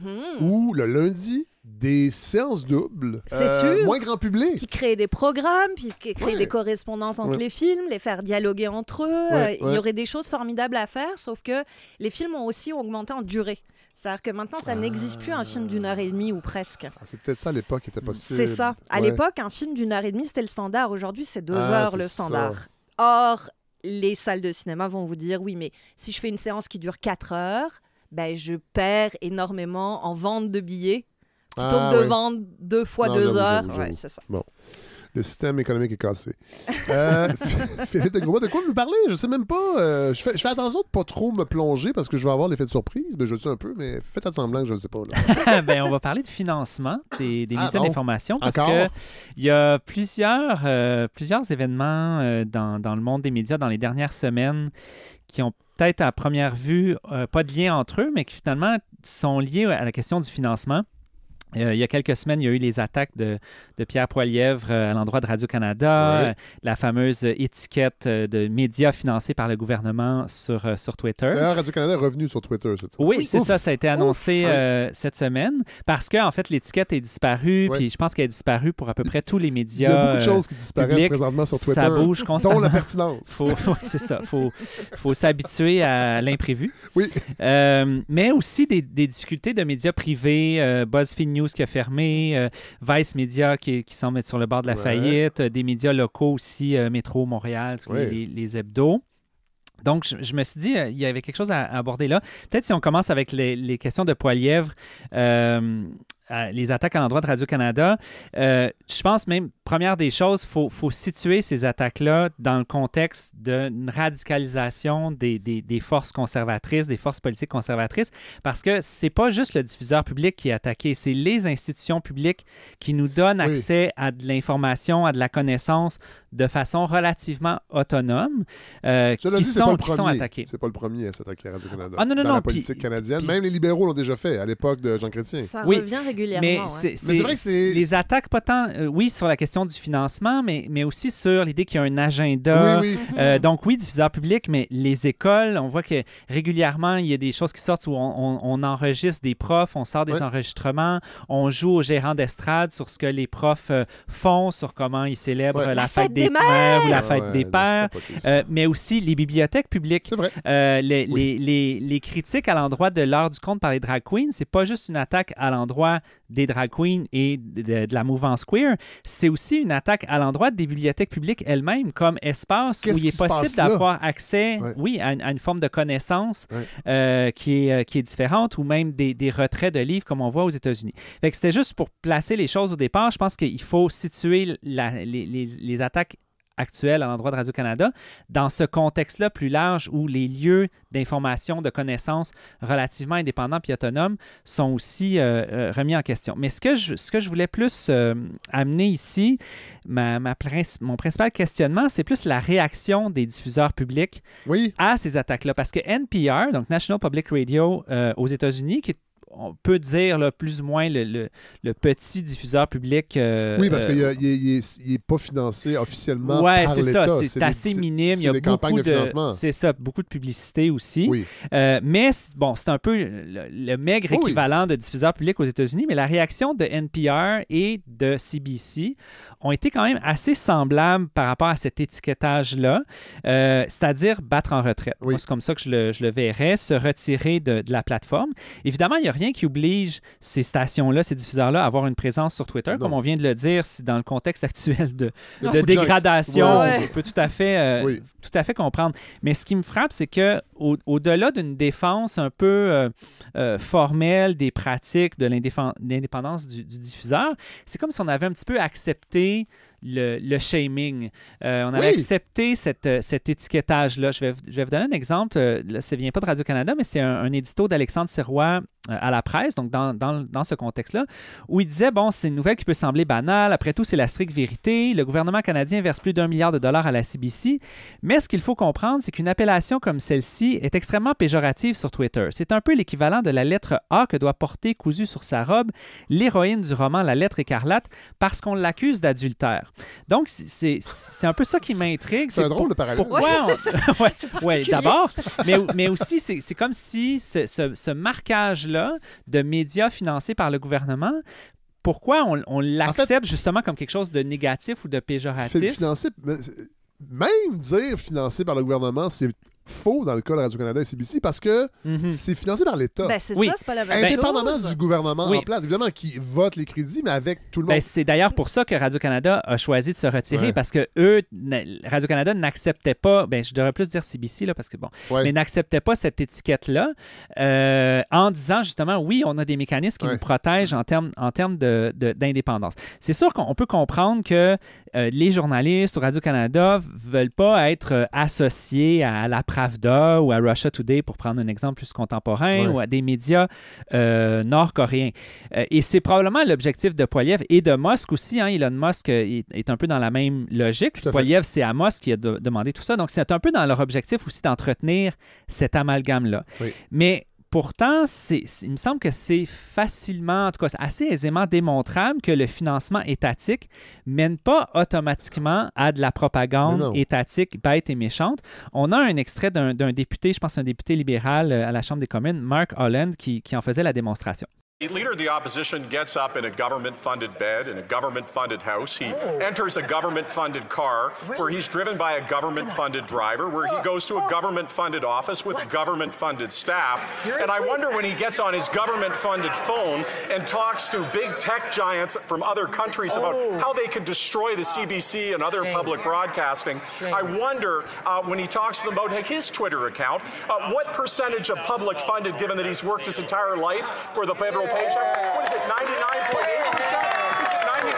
ou le lundi des séances doubles. C'est sûr. Moins grand public. Qui créent des programmes, puis qui créent des correspondances entre les films, les faire dialoguer entre eux. Il y aurait des choses formidables à faire, sauf que les films ont aussi augmenté en durée. C'est-à-dire que maintenant, ça n'existe plus un film d'1h30 ou presque. C'est peut-être ça à l'époque qui était possible. C'est ça. À l'époque, un film d'1h30, c'était le standard. Aujourd'hui, c'est 2 heures le standard. Or, les salles de cinéma vont vous dire, oui, mais si je fais une séance qui dure 4 heures, je perds énormément en vente de billets plutôt que de vendre 2 fois 2 heures. J'avoue. C'est ça. Bon. Le système économique est cassé. Philippe de Grosbois, de quoi vous parlez? Je sais même pas. Je fais attention de pas trop me plonger parce que je vais avoir l'effet de surprise. Je le sais un peu, mais faites semblant que je ne sais pas. On va parler de financement des médias d'information parce qu'il y a plusieurs événements dans le monde des médias dans les dernières semaines qui ont peut-être à première vue pas de lien entre eux, mais qui finalement sont liés à la question du financement. Il y a quelques semaines, il y a eu les attaques de Pierre Poilievre à l'endroit de Radio-Canada, la fameuse étiquette de médias financés par le gouvernement sur Twitter. D'ailleurs, Radio-Canada est revenu sur Twitter. Oui, c'est ça. Ça a été annoncé cette semaine parce que en fait, l'étiquette est disparue. Puis je pense qu'elle est disparue pour à peu près tous les médias. Il y a beaucoup de choses qui disparaissent publics. présentement sur Twitter. Ça bouge constamment. Dont la pertinence. C'est ça. Faut s'habituer à l'imprévu. Oui. Mais aussi des difficultés de médias privés. BuzzFeed News qui a fermé, Vice Media qui semble être sur le bord de la faillite, des médias locaux aussi, Métro Montréal, les hebdos. Donc, je me suis dit, il y avait quelque chose à aborder là. Peut-être si on commence avec les questions de Poilievre, les attaques à l'endroit de Radio-Canada, je pense même, première des choses, faut situer ces attaques-là dans le contexte d'une radicalisation des forces conservatrices, des forces politiques conservatrices, parce que c'est pas juste le diffuseur public qui est attaqué, c'est les institutions publiques qui nous donnent accès à de l'information, à de la connaissance de façon relativement autonome, qui sont attaqués. C'est pas le premier à s'attaquer à Radio-Canada. Ah, non, dans la politique canadienne. Même les libéraux l'ont déjà fait à l'époque de Jean Chrétien. Ça revient régulièrement. Mais c'est vrai que c'est... Les attaques, pas tant, sur la question du financement, mais aussi sur l'idée qu'il y a un agenda. Donc diffuseur public, mais les écoles, on voit que régulièrement, il y a des choses qui sortent où on enregistre des profs, on sort des enregistrements, on joue aux gérants d'estrade sur ce que les profs font, sur comment ils célèbrent la fête des mères ou la fête des pères, mais aussi les bibliothèques publiques. C'est vrai. Les critiques à l'endroit de l'heure du conte par les drag queens, c'est pas juste une attaque à l'endroit des drag queens et de la mouvance queer, c'est aussi une attaque à l'endroit des bibliothèques publiques elles-mêmes comme espace où il est possible d'avoir accès à une forme de connaissance qui est différente, ou même des retraits de livres comme on voit aux États-Unis. Fait que c'était juste pour placer les choses au départ. Je pense qu'il faut situer les attaques actuelle à l'endroit de Radio-Canada, dans ce contexte-là plus large où les lieux d'information, de connaissances relativement indépendants puis autonomes sont aussi remis en question. Mais ce que je voulais plus amener ici, mon principal questionnement, c'est plus la réaction des diffuseurs publics à ces attaques-là. Parce que NPR, donc National Public Radio aux États-Unis, qui est on peut dire là, plus ou moins le petit diffuseur public. Oui, parce qu'il n'est pas financé officiellement par l'État. Oui, c'est ça. C'est assez minime. Il y a des campagnes de financement. C'est ça, beaucoup de publicité aussi. Oui. Mais bon, c'est un peu le maigre équivalent de diffuseur public aux États-Unis, mais la réaction de NPR et de CBC ont été quand même assez semblables par rapport à cet étiquetage-là, c'est-à-dire battre en retraite. Moi, c'est comme ça que je le verrais, se retirer de la plateforme. Évidemment, il n'y a rien qui oblige ces stations-là, ces diffuseurs-là, à avoir une présence sur Twitter. Comme on vient de le dire, si dans le contexte actuel de dégradation, on peut tout à fait comprendre. Mais ce qui me frappe, c'est qu'au-delà d'une défense un peu formelle des pratiques de l'indépendance du diffuseur, c'est comme si on avait un petit peu accepté le shaming. On avait accepté cet étiquetage-là. Je vais vous donner un exemple. Là, ça ne vient pas de Radio-Canada, mais c'est un édito d'Alexandre Sirois à la presse, donc dans ce contexte-là, où il disait, bon, c'est une nouvelle qui peut sembler banale. Après tout, c'est la stricte vérité. Le gouvernement canadien verse plus d'1 milliard de dollars à la CBC. Mais ce qu'il faut comprendre, c'est qu'une appellation comme celle-ci est extrêmement péjorative sur Twitter. C'est un peu l'équivalent de la lettre A que doit porter cousue sur sa robe l'héroïne du roman La lettre écarlate parce qu'on l'accuse d'adultère. Donc, c'est un peu ça qui m'intrigue. C'est un drôle de parallèle. Oui, d'abord. Mais aussi, c'est comme si ce marquage-là de médias financés par le gouvernement, pourquoi on l'accepte justement comme quelque chose de négatif ou de péjoratif? Même dire financé par le gouvernement, c'est faux dans le cas de Radio-Canada et CBC parce que c'est financé par l'État. Ben, c'est ça, c'est pas la même indépendamment chose. Du gouvernement en place, évidemment, qui vote les crédits, mais avec tout le monde. Ben, c'est d'ailleurs pour ça que Radio-Canada a choisi de se retirer parce que Radio-Canada n'acceptait pas, je devrais plus dire CBC, là, parce que mais n'acceptait pas cette étiquette-là en disant justement, oui, on a des mécanismes qui nous protègent en termes d'indépendance. C'est sûr qu'on peut comprendre que les journalistes au Radio-Canada veulent pas être associés à la Pravda ou à Russia Today, pour prendre un exemple plus contemporain, ou à des médias nord-coréens. Et c'est probablement l'objectif de Poilievre et de Musk aussi. Elon Musk est un peu dans la même logique. Poilievre, c'est à Musk qui a demandé tout ça. Donc, c'est un peu dans leur objectif aussi d'entretenir cet amalgame-là. Oui. Mais pourtant, il me semble que c'est facilement, en tout cas, assez aisément démontrable que le financement étatique mène pas automatiquement à de la propagande étatique bête et méchante. On a un extrait d'un député, je pense un député libéral à la Chambre des communes, Mark Holland, qui en faisait la démonstration. The leader of the opposition gets up in a government-funded bed in a government-funded house. He enters a government-funded car where he's driven by a government-funded driver, where he goes to a government-funded office with government-funded staff. And I wonder when he gets on his government-funded phone and talks to big tech giants from other countries about how they can destroy the CBC and other public broadcasting. I wonder when he talks to them about his Twitter account, what percentage of public-funded, given that he's worked his entire life for the federal paycheck? What is it, 99.8%? Is it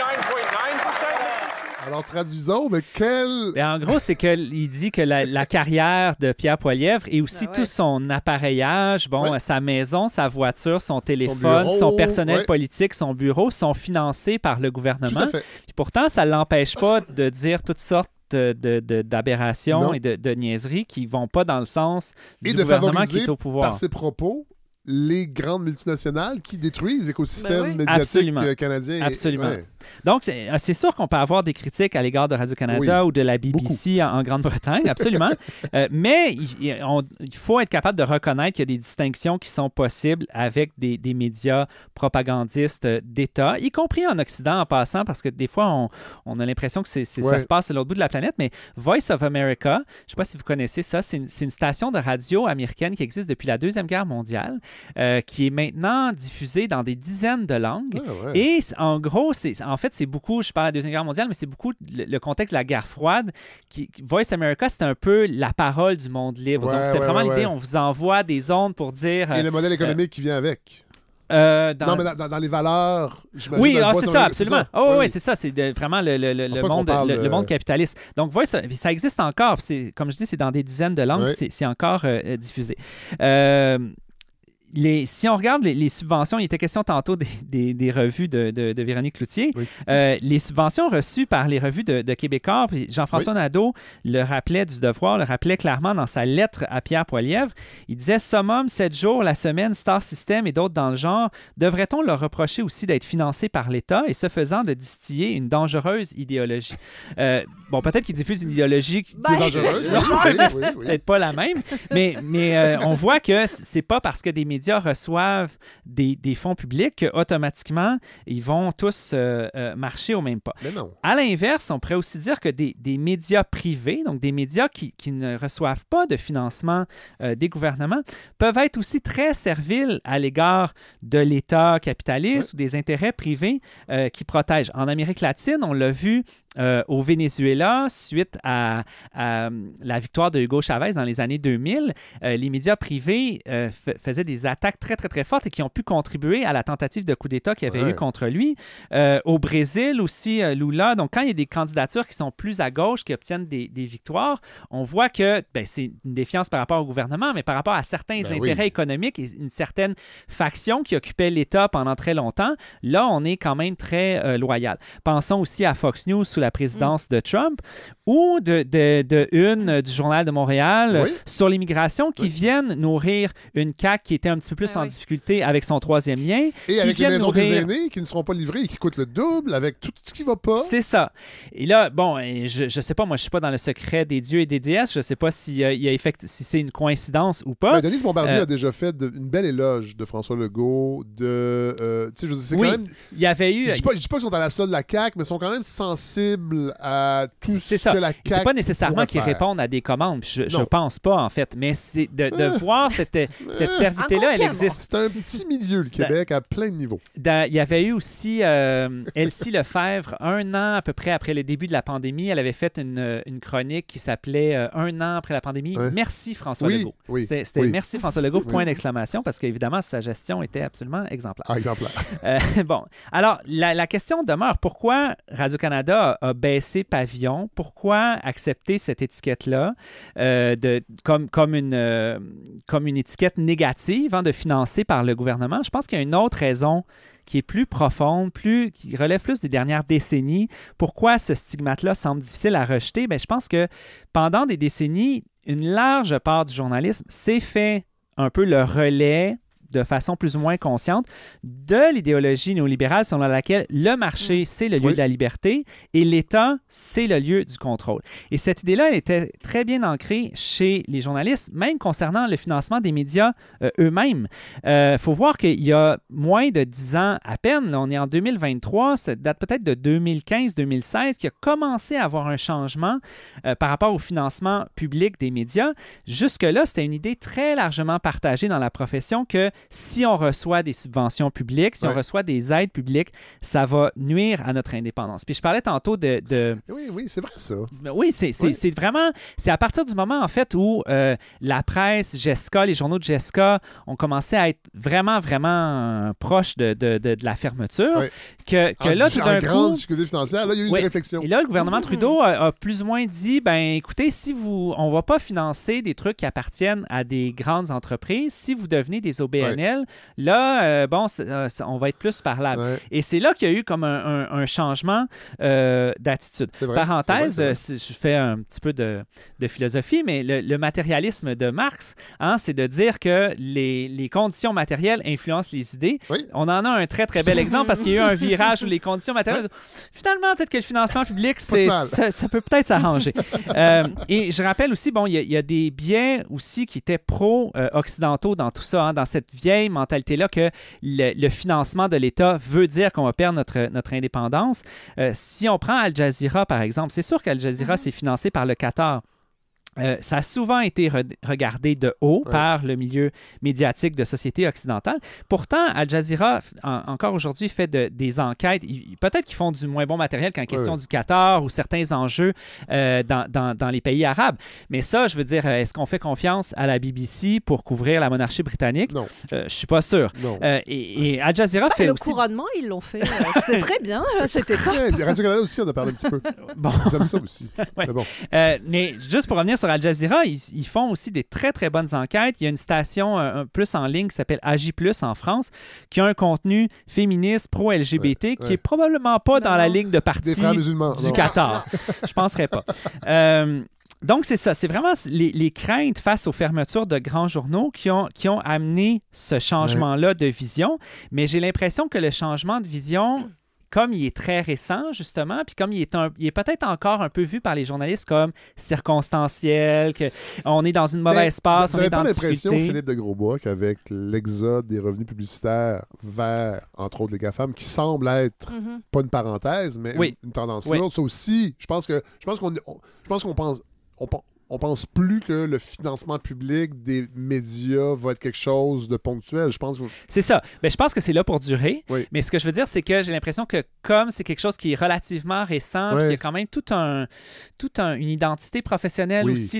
99.9%? Alors, traduisons, mais quel... En gros, c'est qu'il dit que la carrière de Pierre Poilievre et aussi tout son appareillage, sa maison, sa voiture, son téléphone, son personnel politique, son bureau, sont financés par le gouvernement. Puis pourtant, ça ne l'empêche pas de dire toutes sortes d'aberrations et de niaiseries qui ne vont pas dans le sens du gouvernement qui est au pouvoir. Par ses propos, les grandes multinationales qui détruisent l'écosystème médiatique canadien. Absolument. Donc, c'est sûr qu'on peut avoir des critiques à l'égard de Radio-Canada ou de la BBC en Grande-Bretagne, absolument. Mais il faut être capable de reconnaître qu'il y a des distinctions qui sont possibles avec des médias propagandistes d'État, y compris en Occident en passant, parce que des fois, on a l'impression que ça se passe à l'autre bout de la planète, mais Voice of America, je ne sais pas si vous connaissez ça, c'est une station de radio américaine qui existe depuis la Deuxième Guerre mondiale, qui est maintenant diffusée dans des dizaines de langues. Et en gros, en fait, c'est beaucoup, je parle de la Deuxième Guerre mondiale, mais c'est beaucoup le contexte de la guerre froide. Voice America, c'est un peu la parole du monde libre. Donc, c'est vraiment l'idée, on vous envoie des ondes pour dire... Et le modèle économique qui vient avec. Non, mais dans les valeurs, j'imagine. Oui, c'est ça, absolument. Oui, c'est ça. C'est vraiment le monde capitaliste. Donc, voilà, ça existe encore. Comme je dis, c'est dans des dizaines de langues. C'est encore diffusé. Si on regarde les subventions, il était question tantôt des revues de Véronique Cloutier. Oui. Les subventions reçues par les revues de Québécois, puis Jean-François Nadeau le rappelait du Devoir, le rappelait clairement dans sa lettre à Pierre Poilievre. Il disait « Summum, 7 jours, la semaine, Star System et d'autres dans le genre, devrait-on leur reprocher aussi d'être financés par l'État et ce faisant de distiller une dangereuse idéologie? » Bon, peut-être qu'ils diffusent une idéologie qui est dangereuse. Oui. Peut-être pas la même, mais on voit que c'est pas parce que des médias reçoivent des fonds publics qu'automatiquement, ils vont tous marcher au même pas. Mais non. À l'inverse, on pourrait aussi dire que des médias privés, donc des médias qui ne reçoivent pas de financement des gouvernements, peuvent être aussi très serviles à l'égard de l'État capitaliste ou des intérêts privés qui protègent. En Amérique latine, on l'a vu au Venezuela, suite à la victoire de Hugo Chavez dans les années 2000, les médias privés faisaient des attaques très, très, très fortes et qui ont pu contribuer à la tentative de coup d'État qu'il y avait eu contre lui. Au Brésil aussi, Lula. Donc, quand il y a des candidatures qui sont plus à gauche, qui obtiennent des victoires, on voit que c'est une défiance par rapport au gouvernement, mais par rapport à certains intérêts économiques et une certaine faction qui occupait l'État pendant très longtemps, là, on est quand même très loyal. Pensons aussi à Fox News sous la présidence de Trump ou de une du Journal de Montréal sur l'immigration qui viennent nourrir une CAQ qui était un petit peu plus en difficulté avec son troisième lien. Et avec les maisons des aînés qui ne seront pas livrées et qui coûtent le double avec tout ce qui ne va pas. C'est ça. Et là, bon, je ne sais pas, moi je ne suis pas dans le secret des dieux et des déesses, je ne sais pas si c'est une coïncidence ou pas. Denise Bombardier a déjà fait une belle éloge de François Legault, c'est quand même... il y avait eu... Je ne dis pas qu'ils sont à la solde de la CAQ, mais ils sont quand même sensibles à tout ce que la CAQ c'est pas nécessairement qu'ils répondent à des commandes, je pense pas en fait, mais c'est de voir cette servité-là, elle existe. C'est un petit milieu, le Québec, à plein de niveaux. Il y avait eu aussi Elsie Lefebvre, 1 an à peu près après le début de la pandémie, elle avait fait une chronique qui s'appelait 1 an après la pandémie, Merci François Legault. C'était Merci François Legault, point d'exclamation, parce qu'évidemment, sa gestion était absolument exemplaire. Bon, alors, la question demeure, pourquoi Radio-Canada a baissé pavillon? Pourquoi accepter cette étiquette-là comme une étiquette négative de financer par le gouvernement? Je pense qu'il y a une autre raison qui est plus profonde, qui relève plus des dernières décennies. Pourquoi ce stigmate-là semble difficile à rejeter? Je pense que pendant des décennies, une large part du journalisme s'est fait un peu le relais de façon plus ou moins consciente de l'idéologie néolibérale selon laquelle le marché, c'est le lieu de la liberté et l'État, c'est le lieu du contrôle. Et cette idée-là, elle était très bien ancrée chez les journalistes, même concernant le financement des médias eux-mêmes. Faut voir qu'il y a moins de 10 ans à peine, là, on est en 2023, ça date peut-être de 2015-2016, qui a commencé à avoir un changement par rapport au financement public des médias. Jusque-là, c'était une idée très largement partagée dans la profession que si on reçoit des subventions publiques, si on reçoit des aides publiques, ça va nuire à notre indépendance. Puis je parlais tantôt de... Oui, c'est vrai ça. Oui, c'est vraiment... C'est à partir du moment, en fait, où la presse, Jessica, les journaux de Jessica ont commencé à être vraiment, vraiment proches de la fermeture, que là, tout d'un coup... grande difficulté financière, là, il y a eu une réflexion. Et là, le gouvernement Trudeau a plus ou moins dit, écoutez, on ne va pas financer des trucs qui appartiennent à des grandes entreprises. Si vous devenez des OBNL, là, on va être plus parlable. Et c'est là qu'il y a eu comme un changement d'attitude. Parenthèse, je fais un petit peu de philosophie, mais le matérialisme de Marx, c'est de dire que les conditions matérielles influencent les idées. On en a un très, très bel exemple parce qu'il y a eu un virage où les conditions matérielles... Finalement, peut-être que le financement public, ça peut peut-être s'arranger. Et je rappelle aussi, il y a des biais aussi qui étaient pro-occidentaux dans tout ça, dans cette vieille mentalité-là que le financement de l'État veut dire qu'on va perdre notre indépendance. Si on prend Al Jazeera, par exemple, c'est sûr qu'Al Jazeera, c'est financé par le Qatar. Ça a souvent été regardé de haut par le milieu médiatique de société occidentale. Pourtant, Al Jazeera, encore aujourd'hui, fait des enquêtes. Peut-être qu'ils font du moins bon matériel quand il est question du Qatar ou certains enjeux dans les pays arabes. Mais ça, je veux dire, est-ce qu'on fait confiance à la BBC pour couvrir la monarchie britannique? Non. Je suis pas sûr. Et Al Jazeera fait le aussi... couronnement, ils l'ont fait. C'était très bien. C'était top. Radio-Canada aussi, on a parlé un petit peu. Bon. Ils aiment ça aussi. Ouais. Mais bon. Mais juste pour revenir sur Al Jazeera, ils font aussi des très, très bonnes enquêtes. Il y a une station plus en ligne qui s'appelle AJ+, en France, qui a un contenu féministe, pro-LGBT, qui est probablement pas dans la ligne de parti du Qatar. Je penserais pas. Donc, c'est ça. C'est vraiment les craintes face aux fermetures de grands journaux qui ont amené ce changement-là de vision. Mais j'ai l'impression que le changement de vision... comme il est très récent, justement, puis comme il est peut-être encore un peu vu par les journalistes comme circonstanciel, qu'on est dans une mauvaise passe, on est dans la difficulté. Vous n'avez pas l'impression, Philippe de Grosbois, qu'avec l'exode des revenus publicitaires vers, entre autres, les GAFAM, qui semble être, pas une parenthèse, mais une tendance lourde, ça aussi, je pense qu'on pense plus que le financement public des médias va être quelque chose de ponctuel. Je pense que... C'est ça. Ben, je pense que c'est là pour durer. Oui. Mais ce que je veux dire, c'est que j'ai l'impression que comme c'est quelque chose qui est relativement récent, puis il y a quand même toute une identité professionnelle aussi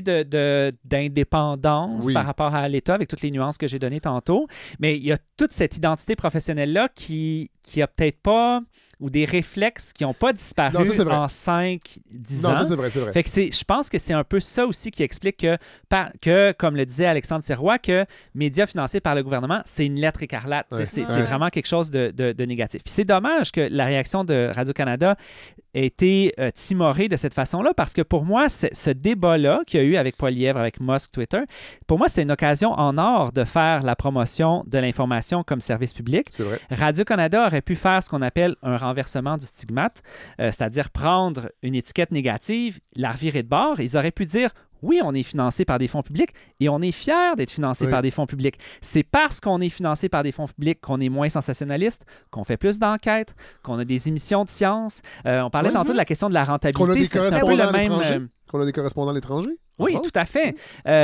d'indépendance par rapport à l'État, avec toutes les nuances que j'ai données tantôt. Mais il y a toute cette identité professionnelle-là qui a peut-être pas... ou des réflexes qui n'ont pas disparu en 5-10 ans. Non, ça, c'est vrai, c'est vrai. Fait que je pense que c'est un peu ça aussi qui explique que, comme le disait Alexandre Sirois, que médias financés par le gouvernement, c'est une lettre écarlate. C'est vraiment quelque chose de négatif. Puis c'est dommage que la réaction de Radio-Canada ait été timorée de cette façon-là, parce que pour moi, ce débat-là qu'il y a eu avec Poilievre, avec Musk, Twitter, pour moi, c'est une occasion en or de faire la promotion de l'information comme service public. C'est vrai. Radio-Canada aurait pu faire ce qu'on appelle un renversement du stigmate, c'est-à-dire prendre une étiquette négative, la revirer de bord. Ils auraient pu dire oui, on est financé par des fonds publics et on est fiers d'être financé par des fonds publics. C'est parce qu'on est financé par des fonds publics qu'on est moins sensationnaliste, qu'on fait plus d'enquêtes, qu'on a des émissions de sciences. On parlait tantôt de la question de la rentabilité. Qu'on a des correspondants à l'étranger. Qu'on a des correspondants à l'étranger. Oui, tout à fait.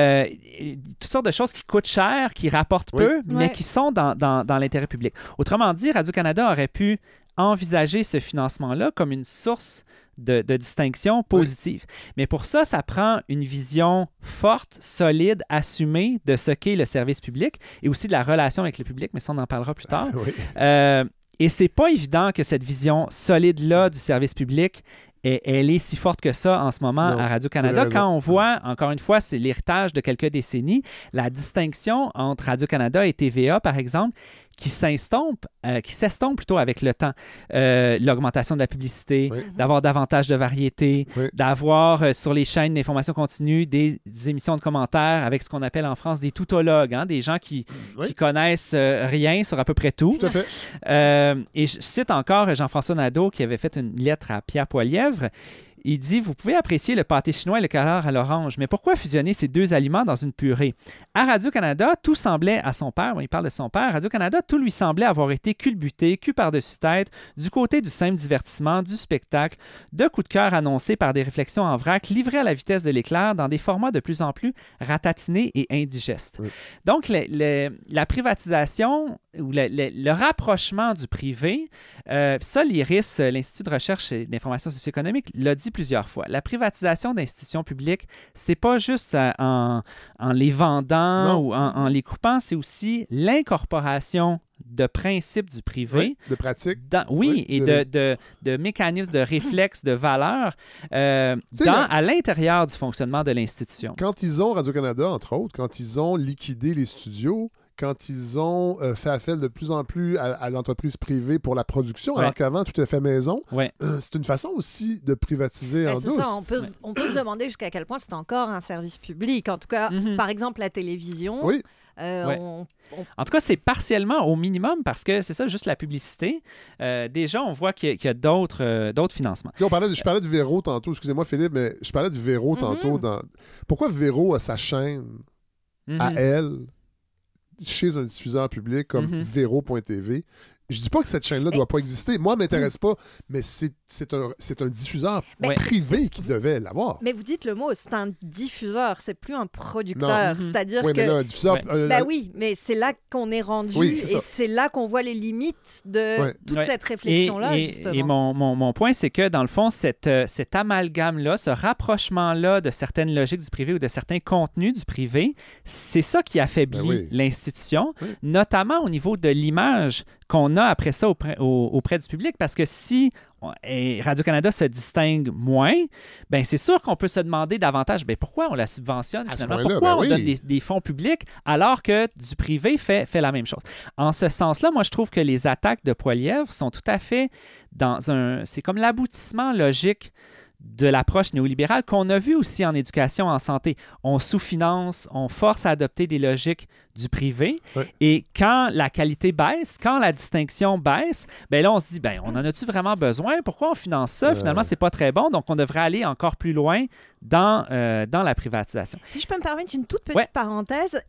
Toutes sortes de choses qui coûtent cher, qui rapportent peu, mais qui sont dans l'intérêt public. Autrement dit, Radio-Canada aurait pu envisager ce financement-là comme une source de distinction positive. Mais pour ça, ça prend une vision forte, solide, assumée de ce qu'est le service public et aussi de la relation avec le public, mais ça, on en parlera plus tard. Et c'est pas évident que cette vision solide-là du service public elle est si forte que ça en ce moment à Radio-Canada. Quand on voit, encore une fois, c'est l'héritage de quelques décennies, la distinction entre Radio-Canada et TVA, par exemple, qui s'estompe plutôt avec le temps. L'augmentation de la publicité, d'avoir davantage de variété, d'avoir sur les chaînes d'information continue des émissions de commentaires avec ce qu'on appelle en France des toutologues, des gens qui connaissent rien sur à peu près tout. Tout à fait. Et je cite encore Jean-François Nadeau qui avait fait une lettre à Pierre Poilievre. Il dit « Vous pouvez apprécier le pâté chinois et le canard à l'orange, mais pourquoi fusionner ces deux aliments dans une purée? À Radio-Canada, tout semblait à son père, il parle de son père, Radio-Canada, tout lui semblait avoir été culbuté, cul par-dessus tête, du côté du simple divertissement, du spectacle, de coups de cœur annoncés par des réflexions en vrac, livrés à la vitesse de l'éclair dans des formats de plus en plus ratatinés et indigestes. » Donc, la privatisation ou le rapprochement du privé, ça, l'IRIS, l'Institut de recherche et d'information socio-économique, l'a dit plusieurs fois. La privatisation d'institutions publiques, c'est pas juste en les vendant ou en les coupant, c'est aussi l'incorporation de principes du privé. De pratiques. Et de mécanismes, de réflexes, de valeurs à l'intérieur du fonctionnement de l'institution. Quand ils ont Radio-Canada, entre autres, quand ils ont liquidé les studios, quand ils ont fait appel de plus en plus à l'entreprise privée pour la production, alors qu'avant, tout était fait maison, c'est une façon aussi de privatiser en douce. C'est ça, on peut se demander jusqu'à quel point c'est encore un service public. En tout cas, par exemple, la télévision... En tout cas, c'est partiellement au minimum parce que c'est ça, juste la publicité. Déjà, on voit qu'il y a d'autres financements. Je parlais de Véro tantôt, excusez-moi Philippe, mais je parlais de Véro tantôt. Pourquoi Véro a sa chaîne à elle chez un diffuseur public comme Véro.tv? Je dis pas que cette chaîne-là doit pas exister. Moi, elle m'intéresse pas, mais c'est un diffuseur privé qui devait l'avoir. Mais vous dites le mot, c'est un diffuseur, c'est plus un producteur. C'est-à-dire oui, que... mais là, un diffuseur... oui, mais c'est là qu'on est rendu et c'est là qu'on voit les limites de toute cette réflexion-là, justement. Et mon point, c'est que, dans le fond, cet amalgame-là, ce rapprochement-là de certaines logiques du privé ou de certains contenus du privé, c'est ça qui affaiblit l'institution, notamment au niveau de l'image qu'on a après ça auprès du public, parce que si Radio-Canada se distingue moins, ben c'est sûr qu'on peut se demander davantage pourquoi on la subventionne finalement, pourquoi on donne des fonds publics alors que du privé fait la même chose. En ce sens-là, moi je trouve que les attaques de Poilievre sont tout à fait c'est comme l'aboutissement logique de l'approche néolibérale qu'on a vu aussi en éducation, en santé. On sous-finance, on force à adopter des logiques du privé. Et quand la qualité baisse, quand la distinction baisse, ben là, on se dit, on en a-tu vraiment besoin? Pourquoi on finance ça? Finalement, c'est pas très bon. Donc, on devrait aller encore plus loin dans la privatisation. Si je peux me permettre une toute petite parenthèse,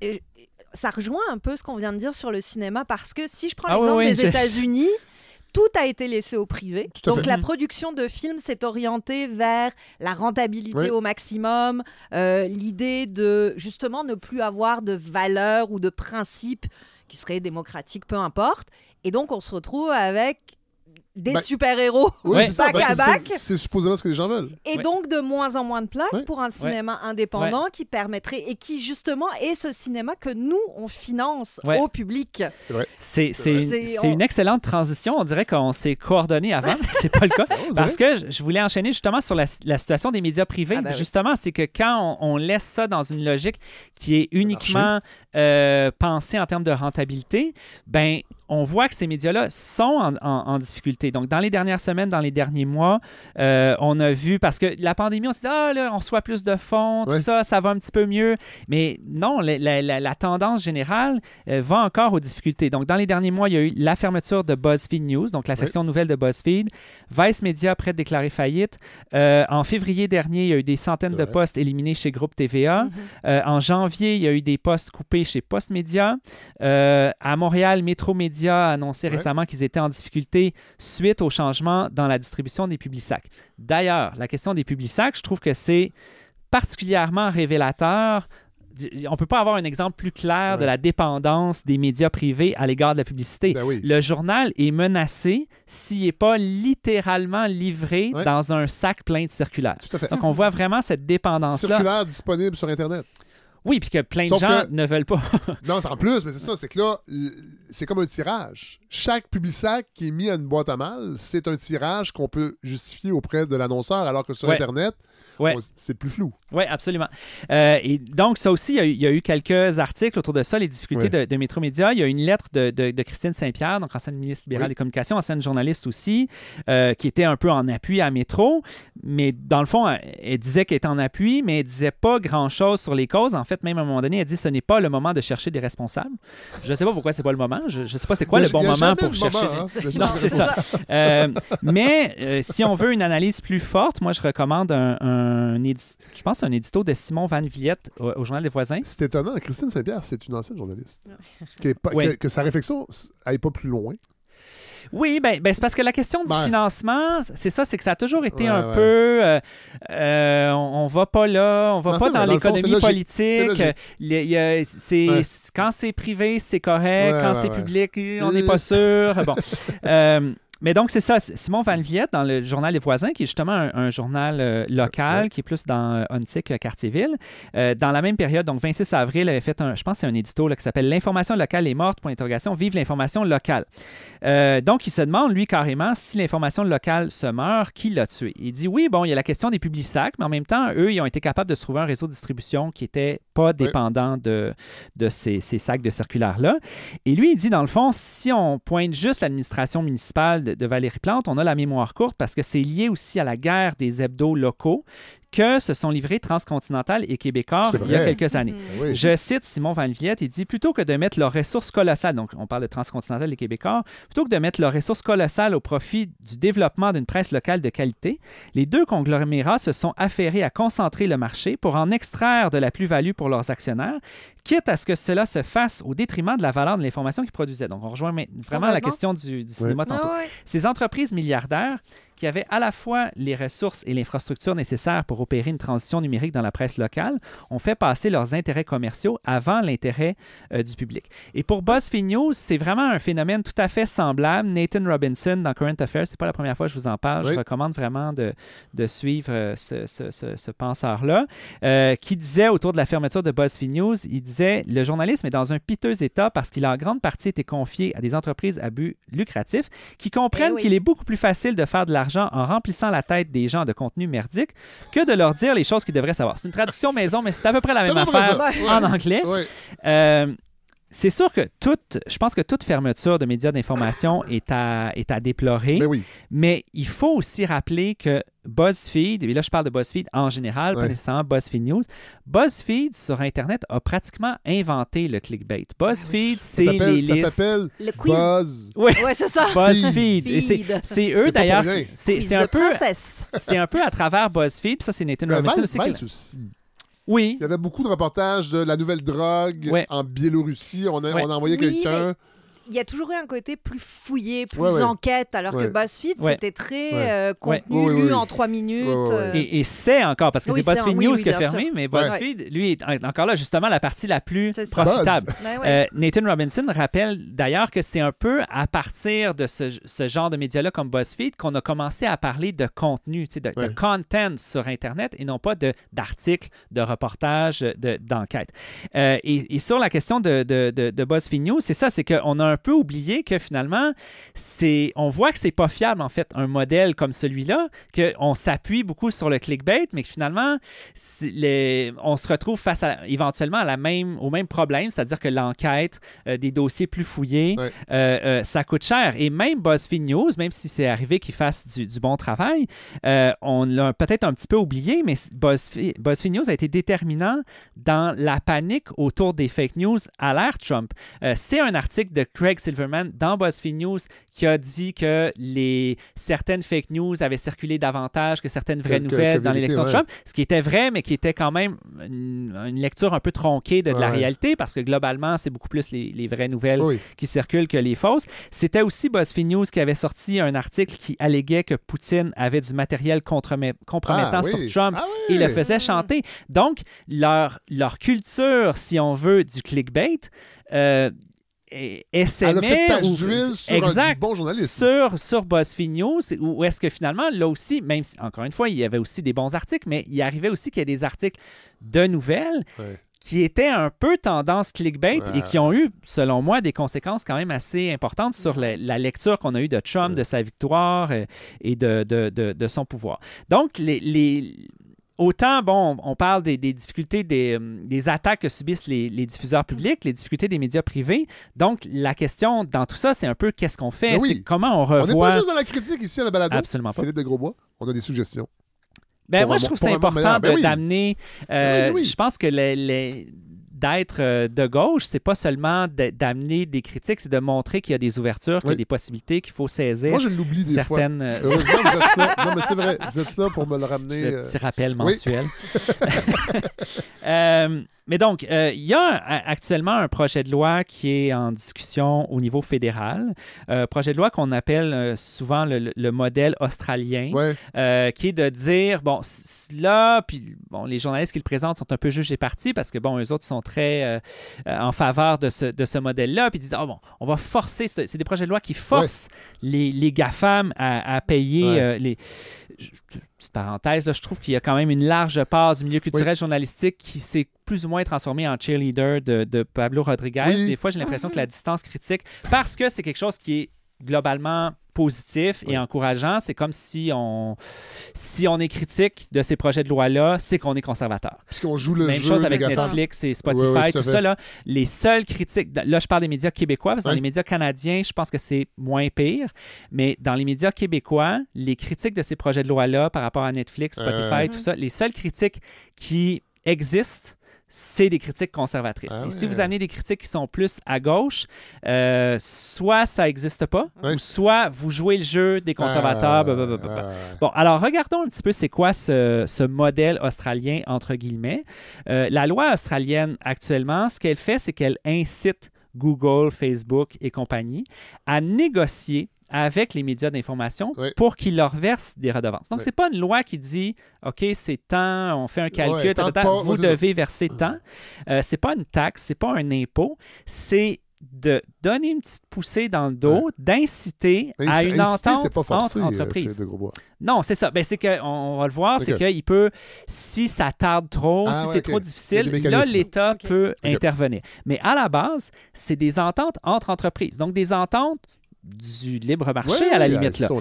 ça rejoint un peu ce qu'on vient de dire sur le cinéma, parce que si je prends l'exemple des États-Unis, tout a été laissé au privé. Donc, la production de films s'est orientée vers la rentabilité au maximum, l'idée de, justement, ne plus avoir de valeurs ou de principes qui seraient démocratiques, peu importe. Et donc, on se retrouve avec des super-héros back à back. C'est supposément ce que les gens veulent. Et donc, de moins en moins de place pour un cinéma indépendant qui permettrait, et qui, justement, est ce cinéma que nous, on finance au public. C'est vrai. C'est une excellente transition. On dirait qu'on s'est coordonné avant, mais c'est pas le cas. Parce que je voulais enchaîner justement sur la situation des médias privés. Justement, c'est que quand on laisse ça dans une logique qui est uniquement pensée en termes de rentabilité, on voit que ces médias-là sont en difficulté. Donc, dans les dernières semaines, dans les derniers mois, on a vu, parce que la pandémie, on s'est dit, là, on reçoit plus de fonds, tout ça, ça va un petit peu mieux. Mais non, la tendance générale va encore aux difficultés. Donc, dans les derniers mois, il y a eu la fermeture de BuzzFeed News, donc la section nouvelle de BuzzFeed. Vice Media prêt de déclarer faillite. En février dernier, il y a eu des centaines de postes éliminés chez Groupe TVA. En janvier, il y a eu des postes coupés chez Postmédia. À Montréal, Métro Média a annoncé récemment qu'ils étaient en difficulté suite au changement dans la distribution des Publisac. D'ailleurs, la question des Publisac, je trouve que c'est particulièrement révélateur. On ne peut pas avoir un exemple plus clair de la dépendance des médias privés à l'égard de la publicité. Le journal est menacé s'il n'est pas littéralement livré dans un sac plein de circulaires. Tout à fait. Donc, on voit vraiment cette dépendance-là. Circulaires disponibles sur Internet. Oui, puis que plein de gens ne veulent pas. Non, en plus, mais c'est ça, c'est que là, c'est comme un tirage. Chaque Publisac qui est mis à une boîte à mal, c'est un tirage qu'on peut justifier auprès de l'annonceur, alors que sur Internet, c'est plus flou. Oui, absolument. Et donc, ça aussi, il y a eu quelques articles autour de ça, les difficultés de Métro Média. Il y a une lettre de Christine Saint-Pierre, donc ancienne ministre libérale des Communications, ancienne journaliste aussi, qui était un peu en appui à Métro. Mais dans le fond, elle disait qu'elle était en appui, mais elle ne disait pas grand-chose sur les causes. En fait, même à un moment donné, elle dit que ce n'est pas le moment de chercher des responsables. Je ne sais pas pourquoi ce n'est pas le moment. Je ne sais pas c'est quoi le bon moment pour chercher. Non, c'est ça. Mais si on veut une analyse plus forte, moi, je recommande je pense un édito de Simon Van Villette au Journal des Voisins. C'est étonnant. Christine Saint-Pierre, c'est une ancienne journaliste. Que sa réflexion n'aille pas plus loin. Oui, c'est parce que la question du financement, c'est que ça a toujours été un peu... on va pas là, on va pas dans l'économie politique. Quand c'est privé, c'est correct. Quand c'est public, on n'est pas sûr. Bon. Mais donc, c'est ça. Simon Van Villette, dans le Journal des Voisins, qui est justement un journal local, qui est plus dans Ontic, Cartierville. Dans la même période, donc 26 avril, avait fait je pense que c'est un édito qui s'appelle « L'information locale est morte, point d'interrogation, vive l'information locale ». Donc, il se demande, lui, carrément, si l'information locale se meurt, qui l'a tué? Il dit, oui, bon, il y a la question des Publisac, mais en même temps, eux, ils ont été capables de se trouver un réseau de distribution qui n'était pas dépendant de ces sacs de circulaires-là. Et lui, il dit, dans le fond, si on pointe juste l'administration municipale de Valérie Plante, on a la mémoire courte parce que c'est lié aussi à la guerre des hebdos locaux que se sont livrés Transcontinental et Québécois il y a quelques années. Oui. Je cite Simon Van Vliet, il dit « Plutôt que de mettre leurs ressources colossales, donc on parle de Transcontinental et Québécois, plutôt que de mettre leurs ressources colossales au profit du développement d'une presse locale de qualité, les deux conglomérats se sont affairés à concentrer le marché pour en extraire de la plus-value pour leurs actionnaires, quitte à ce que cela se fasse au détriment de la valeur de l'information qu'ils produisaient. » Donc, on rejoint vraiment la question du cinéma tantôt. Ces entreprises milliardaires qui avaient à la fois les ressources et l'infrastructure nécessaires pour opérer une transition numérique dans la presse locale ont fait passer leurs intérêts commerciaux avant l'intérêt du public. Et pour BuzzFeed News, c'est vraiment un phénomène tout à fait semblable. Nathan Robinson, dans Current Affairs, c'est pas la première fois que je vous en parle, je recommande vraiment de suivre ce penseur-là, qui disait autour de la fermeture de BuzzFeed News, il disait « Le journalisme est dans un piteux état parce qu'il a en grande partie été confié à des entreprises à but lucratif qui comprennent qu'il est beaucoup plus facile de faire de l'argent en remplissant la tête des gens de contenu merdique que de leur dire les choses qu'ils devraient savoir. » C'est une traduction maison, mais c'est à peu près la même affaire en anglais. C'est sûr que je pense que toute fermeture de médias d'information est à déplorer, mais il faut aussi rappeler que BuzzFeed, et là je parle de BuzzFeed en général, pas nécessairement BuzzFeed News, BuzzFeed sur Internet a pratiquement inventé le clickbait. BuzzFeed, c'est les listes. Ça s'appelle le quiz. Buzz. Oui, c'est ça. BuzzFeed. C'est eux d'ailleurs. C'est un peu. C'est un peu à travers BuzzFeed, puis ça c'est Nathan Robinson aussi. Oui. Il y avait beaucoup de reportages de la nouvelle drogue en Biélorussie. On a envoyé quelqu'un. Il y a toujours eu un côté plus fouillé, plus enquête, alors que BuzzFeed, c'était très contenu lu en 3 minutes. Et c'est encore, parce que c'est BuzzFeed News qui a fermé, mais BuzzFeed, lui, est encore là, justement, la partie la plus profitable. Nathan Robinson rappelle d'ailleurs que c'est un peu à partir de ce genre de médias-là comme BuzzFeed qu'on a commencé à parler de contenu, de content sur Internet et non pas d'articles, de reportages, d'enquêtes. Et sur la question de BuzzFeed News, c'est ça, c'est qu'on a un peu oublié que finalement, on voit que c'est pas fiable, en fait, un modèle comme celui-là, qu'on s'appuie beaucoup sur le clickbait, mais que finalement, on se retrouve face éventuellement au même problème, c'est-à-dire que l'enquête, des dossiers plus fouillés, ça coûte cher. Et même BuzzFeed News, même si c'est arrivé qu'ils fassent du bon travail, on l'a peut-être un petit peu oublié, mais BuzzFeed News a été déterminant dans la panique autour des fake news à l'ère Trump. C'est un article de Craig Silverman dans BuzzFeed News qui a dit que certaines fake news avaient circulé davantage que certaines vraies nouvelles dans l'élection de Trump, ce qui était vrai, mais qui était quand même une lecture un peu tronquée de la réalité, parce que globalement, c'est beaucoup plus les vraies nouvelles qui circulent que les fausses. C'était aussi BuzzFeed News qui avait sorti un article qui alléguait que Poutine avait du matériel compromettant sur Trump et le faisait chanter. Donc, leur culture, si on veut, du clickbait, SME sur bon journalisme. Sur BuzzFeed News, où est-ce que finalement, là aussi, même si, encore une fois, il y avait aussi des bons articles, mais il arrivait aussi qu'il y ait des articles de nouvelles qui étaient un peu tendance clickbait et qui ont eu, selon moi, des conséquences quand même assez importantes sur la lecture qu'on a eue de Trump, de sa victoire et de son pouvoir. Donc, autant, on parle des difficultés, des attaques que subissent les diffuseurs publics, les difficultés des médias privés. Donc, la question dans tout ça, c'est un peu qu'est-ce qu'on fait? C'est comment on revoit... On n'est pas juste dans la critique ici à la balado. Absolument pas. Philippe de Grosbois, on a d'amener... moi, je trouve ça important d'amener... Je pense que d'être de gauche, c'est pas seulement d'amener des critiques, c'est de montrer qu'il y a des ouvertures, qu'il y a des possibilités, qu'il faut saisir. Moi, je l'oublie des fois. Heureusement, vous êtes là. Non, mais c'est vrai, vous êtes là pour me le ramener. Le petit rappel mensuel. Mais donc, il y a actuellement un projet de loi qui est en discussion au niveau fédéral. Projet de loi qu'on appelle souvent le modèle australien, qui est de dire, puis les journalistes qui le présentent sont un peu jugés partis parce que, eux autres sont très en faveur de ce modèle-là, puis ils disent, on va forcer, c'est des projets de loi qui forcent les GAFAM à payer les... Petite parenthèse, là, je trouve qu'il y a quand même une large part du milieu culturel journalistique qui s'est plus ou moins transformé en cheerleader de Pablo Rodriguez. Des fois, j'ai l'impression que la distance critique, parce que c'est quelque chose qui est globalement positif et encourageant. C'est comme si on est critique de ces projets de loi-là, c'est qu'on est conservateur. Puisqu'on joue le Même jeu chose avec des GAFAM. Netflix et Spotify, tout ça. Là, les seuls critiques... Là, je parle des médias québécois, parce que dans les médias canadiens, je pense que c'est moins pire. Mais dans les médias québécois, les critiques de ces projets de loi-là par rapport à Netflix, Spotify, tout ça, les seules critiques qui existent, c'est des critiques conservatrices. Et si vous amenez des critiques qui sont plus à gauche, soit ça n'existe pas, ou soit vous jouez le jeu des conservateurs. Bon, alors regardons un petit peu c'est quoi ce modèle australien, entre guillemets. La loi australienne actuellement, ce qu'elle fait, c'est qu'elle incite Google, Facebook et compagnie à négocier avec les médias d'information pour qu'ils leur versent des redevances. Donc, ce n'est pas une loi qui dit « OK, c'est tant, on fait un calcul, vous devez verser tant ». Ce n'est pas une taxe, ce n'est pas un impôt, c'est de donner une petite poussée dans le dos, d'inciter à une entente entre entreprises. Non, c'est ça. Ben, c'est qu'on va le voir, c'est qu'il peut, si ça tarde trop, si c'est trop difficile, là, l'État peut intervenir. Mais à la base, c'est des ententes entre entreprises. Donc, des ententes du libre marché, à la limite. Là.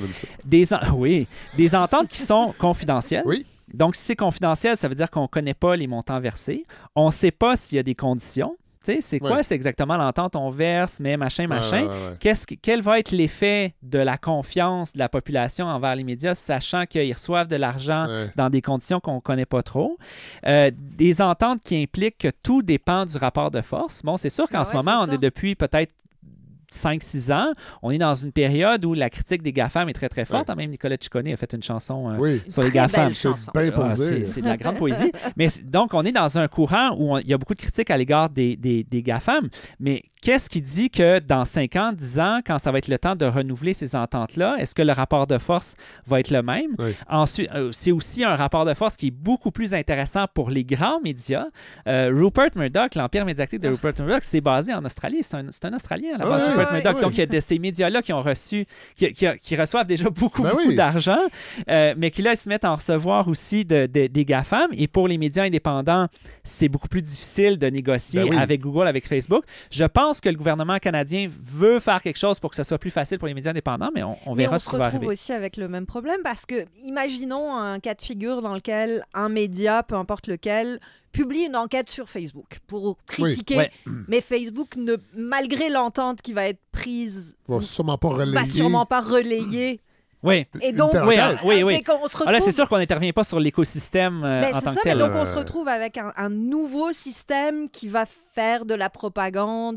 Des ententes qui sont confidentielles. Donc, si c'est confidentiel, ça veut dire qu'on ne connaît pas les montants versés. On ne sait pas s'il y a des conditions. Tu sais, c'est quoi? C'est exactement l'entente, on verse, mais machin. Quel va être l'effet de la confiance de la population envers les médias, sachant qu'ils reçoivent de l'argent dans des conditions qu'on ne connaît pas trop? Des ententes qui impliquent que tout dépend du rapport de force. Bon, c'est sûr qu'en ce moment, on est depuis peut-être 5-6 ans, on est dans une période où la critique des GAFAM est très, très forte. Même Nicolas Ciccone a fait une chanson sur les GAFAM. C'est de la grande poésie. Mais donc, on est dans un courant où il y a beaucoup de critiques à l'égard des GAFAM. Mais qu'est-ce qui dit que dans 5 ans, 10 ans, quand ça va être le temps de renouveler ces ententes-là, est-ce que le rapport de force va être le même? Ensuite, c'est aussi un rapport de force qui est beaucoup plus intéressant pour les grands médias. Rupert Murdoch, l'empire médiatique de Rupert Murdoch, c'est basé en Australie. C'est un Australien à la base. Murdoch. Donc, il y a de ces médias-là qui ont reçu, qui reçoivent déjà beaucoup d'argent, mais qui là, ils se mettent à en recevoir aussi des GAFAM. Et pour les médias indépendants, c'est beaucoup plus difficile de négocier avec Google, avec Facebook. Je pense que le gouvernement canadien veut faire quelque chose pour que ce soit plus facile pour les médias indépendants, mais on verra ce qui va arriver. On se retrouve aussi avec le même problème parce que, imaginons un cas de figure dans lequel un média, peu importe lequel, publie une enquête sur Facebook pour critiquer, mais Facebook, malgré l'entente qui va être prise, va sûrement pas relayer. Et donc, on se retrouve... là, c'est sûr qu'on n'intervient pas sur l'écosystème en tant que tel. Donc, on se retrouve avec un nouveau système qui va faire de la propagande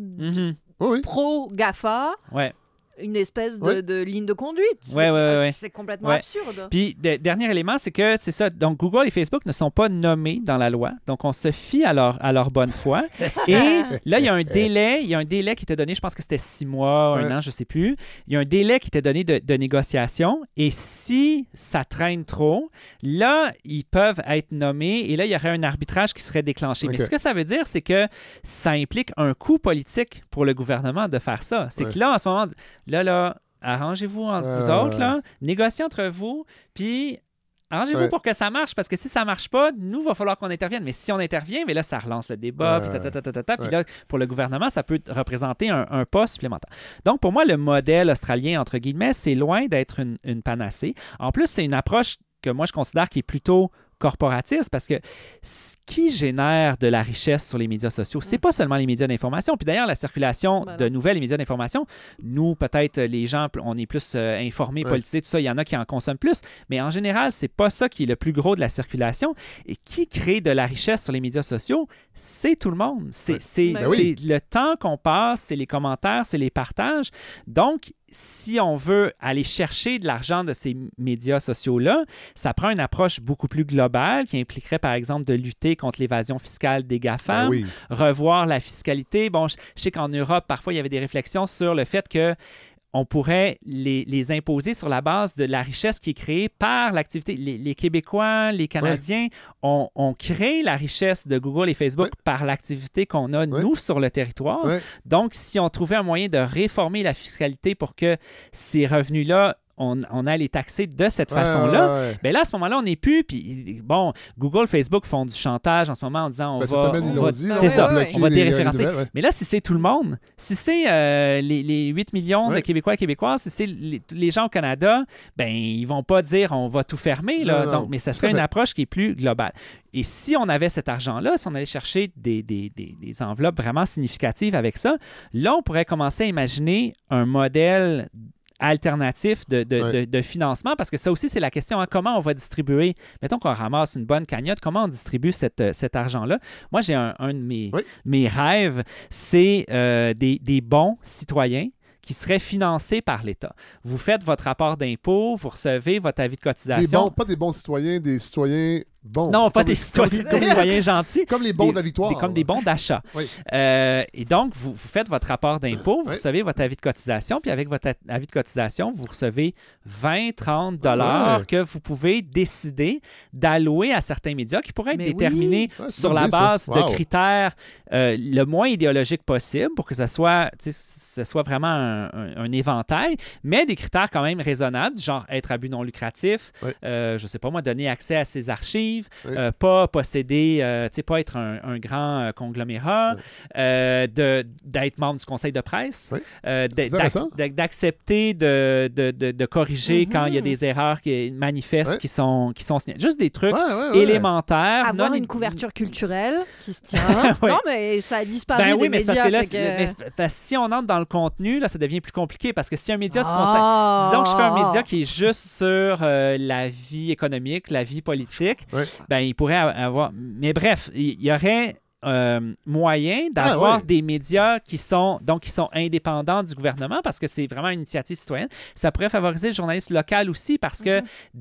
pro-GAFA. Une espèce de ligne de conduite. C'est complètement absurde. Puis, dernier élément, c'est que c'est ça. Donc, Google et Facebook ne sont pas nommés dans la loi. Donc, on se fie à leur bonne foi. Et là, il y a un délai. Il y a un délai qui était donné, je pense que c'était 6 mois, 1 an, je ne sais plus. Il y a un délai qui était donné de négociation. Et si ça traîne trop, là, ils peuvent être nommés. Et là, il y aurait un arbitrage qui serait déclenché. Mais ce que ça veut dire, c'est que ça implique un coût politique pour le gouvernement de faire ça. C'est que là, en ce moment... Là, arrangez-vous entre vous autres, là, négociez entre vous, puis arrangez-vous pour que ça marche, parce que si ça ne marche pas, nous, il va falloir qu'on intervienne. Mais si on intervient, mais là, ça relance le débat, puis là, pour le gouvernement, ça peut représenter un pas supplémentaire. Donc, pour moi, le modèle australien, entre guillemets, c'est loin d'être une panacée. En plus, c'est une approche que moi, je considère qui est plutôt corporatiste, parce que ce qui génère de la richesse sur les médias sociaux, c'est pas seulement les médias d'information. Puis d'ailleurs, la circulation de nouvelles et médias d'information, nous, peut-être, les gens, on est plus informés, politisés, tout ça, il y en a qui en consomment plus, mais en général, c'est pas ça qui est le plus gros de la circulation. Et qui crée de la richesse sur les médias sociaux? C'est tout le monde. C'est le temps qu'on passe, c'est les commentaires, c'est les partages. Donc, si on veut aller chercher de l'argent de ces médias sociaux-là, ça prend une approche beaucoup plus globale qui impliquerait, par exemple, de lutter contre l'évasion fiscale des GAFAM, revoir la fiscalité. Bon, je sais qu'en Europe, parfois, il y avait des réflexions sur le fait que on pourrait les imposer sur la base de la richesse qui est créée par l'activité. Les Québécois, les Canadiens, on crée la richesse de Google et Facebook par l'activité qu'on a, nous, sur le territoire. Donc, si on trouvait un moyen de réformer la fiscalité pour que ces revenus-là on a les taxer de cette façon-là, bien là, à ce moment-là, on n'est plus. Puis, bon, Google, Facebook font du chantage en ce moment en disant on va déréférencer. Mais là, si c'est tout le monde, si c'est les 8 millions de Québécois et Québécoises, si c'est les gens au Canada, ben ils vont pas dire on va tout fermer. Là. Donc, mais ça serait une approche qui est plus globale. Et si on avait cet argent-là, si on allait chercher des enveloppes vraiment significatives avec ça, là, on pourrait commencer à imaginer un modèle alternatif de financement, parce que ça aussi, c'est la question, hein, comment on va distribuer, mettons qu'on ramasse une bonne cagnotte, comment on distribue cet argent-là? Moi, j'ai un de mes rêves, c'est des bons citoyens qui seraient financés par l'État. Vous faites votre rapport d'impôt, vous recevez votre avis de cotisation. Pas des bons citoyens, des citoyens bons. Non, pas des citoyens gentils. Comme les bons de la victoire. Comme des bons d'achat. Oui. Et donc, vous faites votre rapport d'impôt, vous recevez votre avis de cotisation, puis avec votre avis de cotisation, vous recevez 20-30 $ que vous pouvez décider d'allouer à certains médias qui pourraient être déterminés sur la base de critères le moins idéologiques possible pour que ce soit vraiment un éventail, mais des critères quand même raisonnables, genre être à but non lucratif, je ne sais pas moi, donner accès à ses archives, pas posséder, pas être un grand conglomérat, d'être membre du conseil de presse, d'accepter de corriger quand il y a des erreurs manifestes qui sont signalées. Juste des trucs élémentaires. Avoir une couverture culturelle qui se tient. Non, mais ça a disparu des médias. Parce que là, si on entre dans le contenu, là, ça devient plus compliqué parce que si un média se consacre... Disons que je fais un média qui est juste sur la vie économique, la vie politique, ben il pourrait avoir... Mais bref, il y aurait moyen d'avoir des médias qui sont indépendants du gouvernement parce que c'est vraiment une initiative citoyenne. Ça pourrait favoriser le journalisme local aussi parce que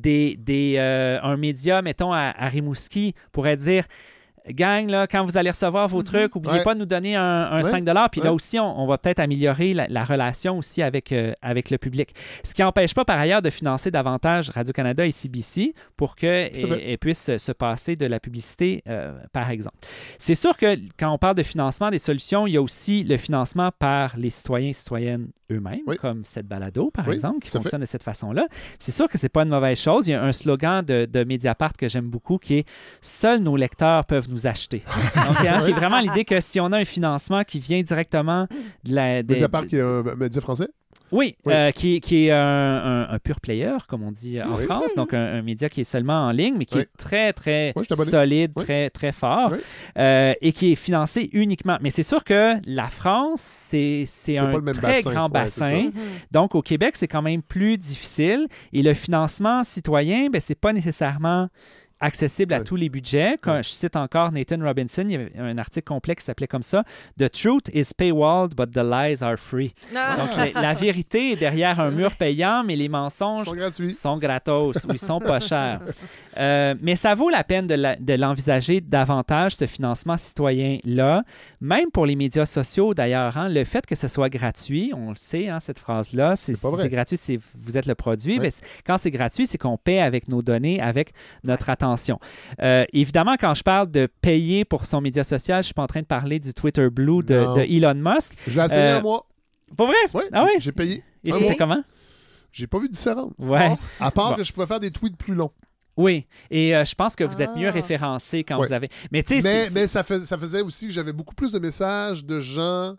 un média, mettons, à Rimouski, pourrait dire... Gang, là, quand vous allez recevoir vos trucs, n'oubliez pas de nous donner un 5$. Puis là aussi, on va peut-être améliorer la relation aussi avec le public. Ce qui n'empêche pas, par ailleurs, de financer davantage Radio-Canada et CBC pour qu'elles puissent se passer de la publicité, par exemple. C'est sûr que quand on parle de financement des solutions, il y a aussi le financement par les citoyens et citoyennes eux-mêmes, comme cette balado, par exemple, qui fonctionne de cette façon-là. C'est sûr que c'est pas une mauvaise chose. Il y a un slogan de Mediapart que j'aime beaucoup qui est « Seuls nos lecteurs peuvent nous acheter ». Donc, qui est vraiment l'idée que si on a un financement qui vient directement de la... Mediapart qui est un média français? Oui. Qui est un pure player, comme on dit en France, donc un média qui est seulement en ligne, mais qui est très, très solide, très, très fort, et qui est financé uniquement. Mais c'est sûr que la France, c'est un très grand bassin. Donc, au Québec, c'est quand même plus difficile. Et le financement citoyen, c'est pas nécessairement accessible à tous les budgets. Quand je cite encore Nathan Robinson, il y avait un article complet qui s'appelait comme ça « The truth is paywalled, but the lies are free ». Donc, la vérité est derrière un mur payant, mais les mensonges sont gratos ou ils sont pas chers. Mais ça vaut la peine de l'envisager davantage, ce financement citoyen-là, même pour les médias sociaux d'ailleurs. Hein, le fait que ce soit gratuit, on le sait, hein, cette phrase-là, c'est gratuit, vous êtes le produit. Mais quand c'est gratuit, c'est qu'on paie avec nos données, avec notre attention. Évidemment, quand je parle de payer pour son média social, je ne suis pas en train de parler du Twitter Blue de Elon Musk. Je l'ai essayé un mois. Pas vrai? Oui, j'ai payé. Et c'était comment? J'ai pas vu de différence. Ouais. À part que je pouvais faire des tweets plus longs. Oui, et je pense que vous êtes mieux référencé quand vous avez... Mais ça faisait aussi que j'avais beaucoup plus de messages de gens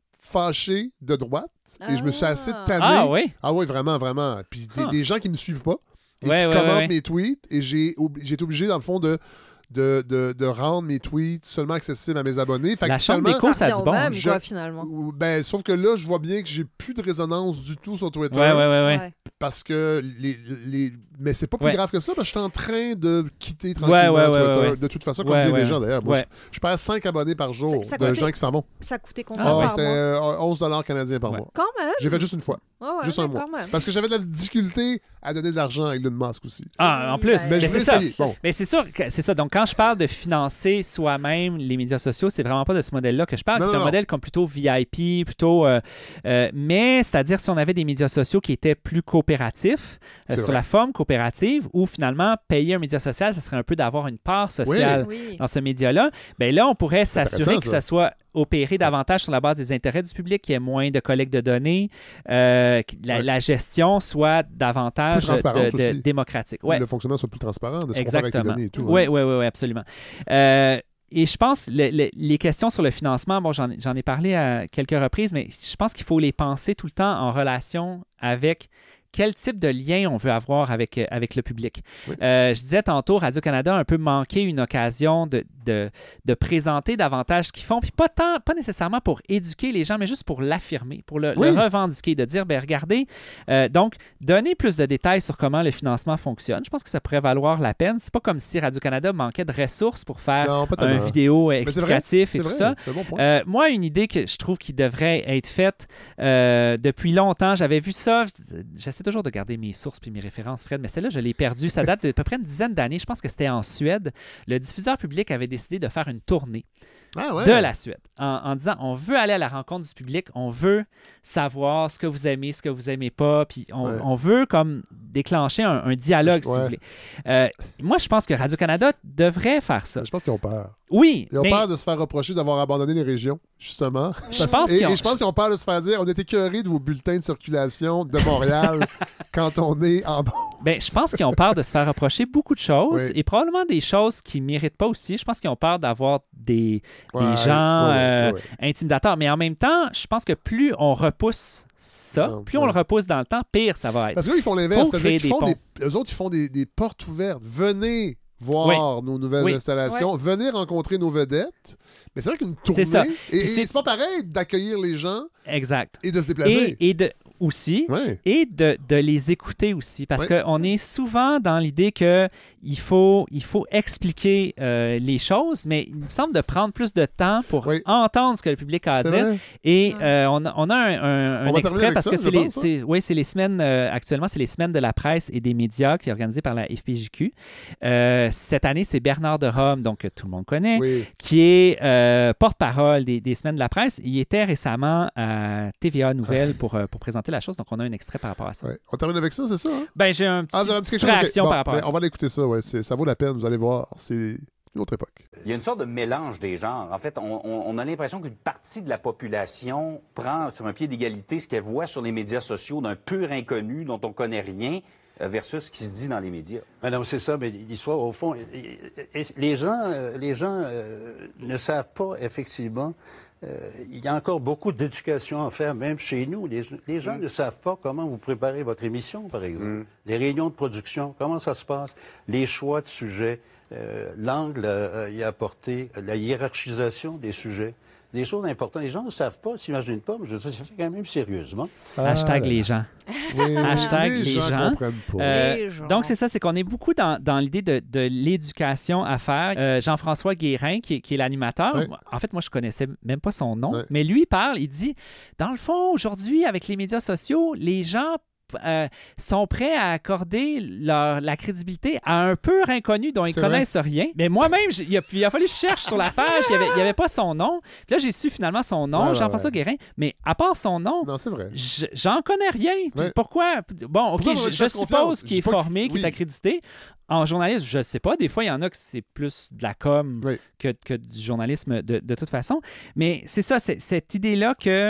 fâchés de droite et je me suis assez tanné. Ah oui? Ah oui, vraiment, vraiment. Puis des gens qui ne me suivent pas et qui commentent mes tweets et j'ai été obligé, dans le fond, de rendre mes tweets seulement accessibles à mes abonnés. Fait la chambre d'écho, ça a du bon. Finalement. Sauf que là, je vois bien que j'ai plus de résonance du tout sur Twitter. Ouais. Parce que mais c'est pas plus grave que ça, parce que je suis en train de quitter tranquillement Twitter. De toute façon, comme bien des gens d'ailleurs. Moi, je perds 5 abonnés par jour de gens qui s'en vont. Ça coûtait combien par mois? C'était 11$ canadiens par mois. Quand même? J'ai fait juste une fois. Juste un mois. Parce que j'avais de la difficulté à donner de l'argent à Elon Musk aussi. Ah, en plus. Mais c'est ça. Mais c'est sûr que c'est ça. Donc, quand je parle de financer soi-même les médias sociaux, c'est vraiment pas de ce modèle-là que je parle. C'est un modèle comme plutôt VIP, plutôt... mais, c'est-à-dire, si on avait des médias sociaux qui étaient plus coopératifs, sur la forme coopérative, où finalement, payer un média social, ça serait un peu d'avoir une part sociale dans ce média-là, bien là, on pourrait s'assurer que ça soit opérer davantage sur la base des intérêts du public, qu'il y ait moins de collecte de données, la gestion soit davantage démocratique. Ouais. Le fonctionnement soit plus transparent de ce qu'on fait avec les données et tout. Oui, absolument. Et je pense les questions sur le financement, bon, j'en ai parlé à quelques reprises, mais je pense qu'il faut les penser tout le temps en relation avec quel type de lien on veut avoir avec le public. Oui. Je disais tantôt, Radio-Canada a un peu manqué une occasion de présenter davantage ce qu'ils font, puis pas nécessairement pour éduquer les gens, mais juste pour l'affirmer, pour le revendiquer, de dire, bien, regardez, donc, donner plus de détails sur comment le financement fonctionne. Je pense que ça pourrait valoir la peine. C'est pas comme si Radio-Canada manquait de ressources pour faire une vidéo explicative et tout ça. C'est un bon point. Moi, une idée que je trouve qui devrait être faite depuis longtemps, j'avais vu ça, j'essaie toujours de garder mes sources puis mes références, Fred, mais celle-là, je l'ai perdue. Ça date d'à peu près une dizaine d'années. Je pense que c'était en Suède. Le diffuseur public avait décidé de faire une tournée de la Suède en disant, on veut aller à la rencontre du public, on veut savoir ce que vous aimez, ce que vous aimez pas, puis on veut comme déclencher un dialogue, si vous voulez. Moi, je pense que Radio-Canada devrait faire ça. Je pense qu'ils ont peur. Oui. Ils ont peur de se faire reprocher d'avoir abandonné les régions, justement. Je pense qu'ils ont peur de se faire dire, on est écœurés de vos bulletins de circulation de Montréal quand on est en bon. Ben, je pense qu'ils ont peur de se faire reprocher beaucoup de choses et probablement des choses qu'ils ne méritent pas aussi. Je pense qu'ils ont peur d'avoir des gens intimidateurs. Mais en même temps, je pense que plus on repousse ça, plus on le repousse dans le temps, pire ça va être. Parce qu'eux, ils font l'inverse. C'est-à-dire qu'ils font eux autres, ils font des portes ouvertes. Venez voir nos nouvelles installations, venez rencontrer nos vedettes. Mais c'est vrai qu'une tournée... C'est ça. Et c'est pas pareil d'accueillir les gens exact. Et de se déplacer. Et de les écouter aussi. Parce qu'on est souvent dans l'idée qu'il faut expliquer les choses, mais il me semble de prendre plus de temps pour entendre ce que le public a à dire. Vrai. Et on a un extrait parce que c'est les semaines, actuellement, c'est les semaines de la presse et des médias qui est organisé par la FPJQ. Cette année, c'est Bernard de Rome, donc que tout le monde connaît, qui est porte-parole des semaines de la presse. Il était récemment à TVA Nouvelles pour présenter la chose, donc on a un extrait par rapport à ça. On termine avec ça, c'est ça? Hein? Ben, j'ai un petit réaction par rapport à ça. On va aller écouter ça, ça vaut la peine, vous allez voir, c'est une autre époque. Il y a une sorte de mélange des genres. En fait, on a l'impression qu'une partie de la population prend sur un pied d'égalité ce qu'elle voit sur les médias sociaux d'un pur inconnu dont on ne connaît rien versus ce qui se dit dans les médias. Non, c'est ça, mais l'histoire, au fond, les gens ne savent pas, effectivement, il y a encore beaucoup d'éducation à faire, même chez nous. Les gens ne savent pas comment vous préparez votre émission, par exemple. Les réunions de production, comment ça se passe, les choix de sujets, l'angle y a apporté, la hiérarchisation des sujets. Des choses importantes. Les gens ne savent pas, s'imaginent pas, mais je sais, ça fait quand même sérieusement. Hashtag les gens. Oui, hashtag les gens comprennent pas. Donc, c'est ça, c'est qu'on est beaucoup dans l'idée de l'éducation à faire. Jean-François Guérin, qui est l'animateur, en fait, moi, je connaissais même pas son nom, mais lui, il dit, dans le fond, aujourd'hui, avec les médias sociaux, les gens sont prêts à accorder la crédibilité à un pur inconnu dont ils connaissent rien. Mais moi-même, il a fallu que je cherche sur la page, il n'y avait pas son nom. Puis là, j'ai su finalement son nom, Jean-François Guérin. Mais à part son nom, c'est vrai. J'en connais rien. Puis pourquoi? Bon, OK, je suppose qu'il est formé, qu'il est accrédité. En journalisme, je ne sais pas. Des fois, il y en a que c'est plus de la com que du journalisme de toute façon. Mais c'est ça, cette idée-là que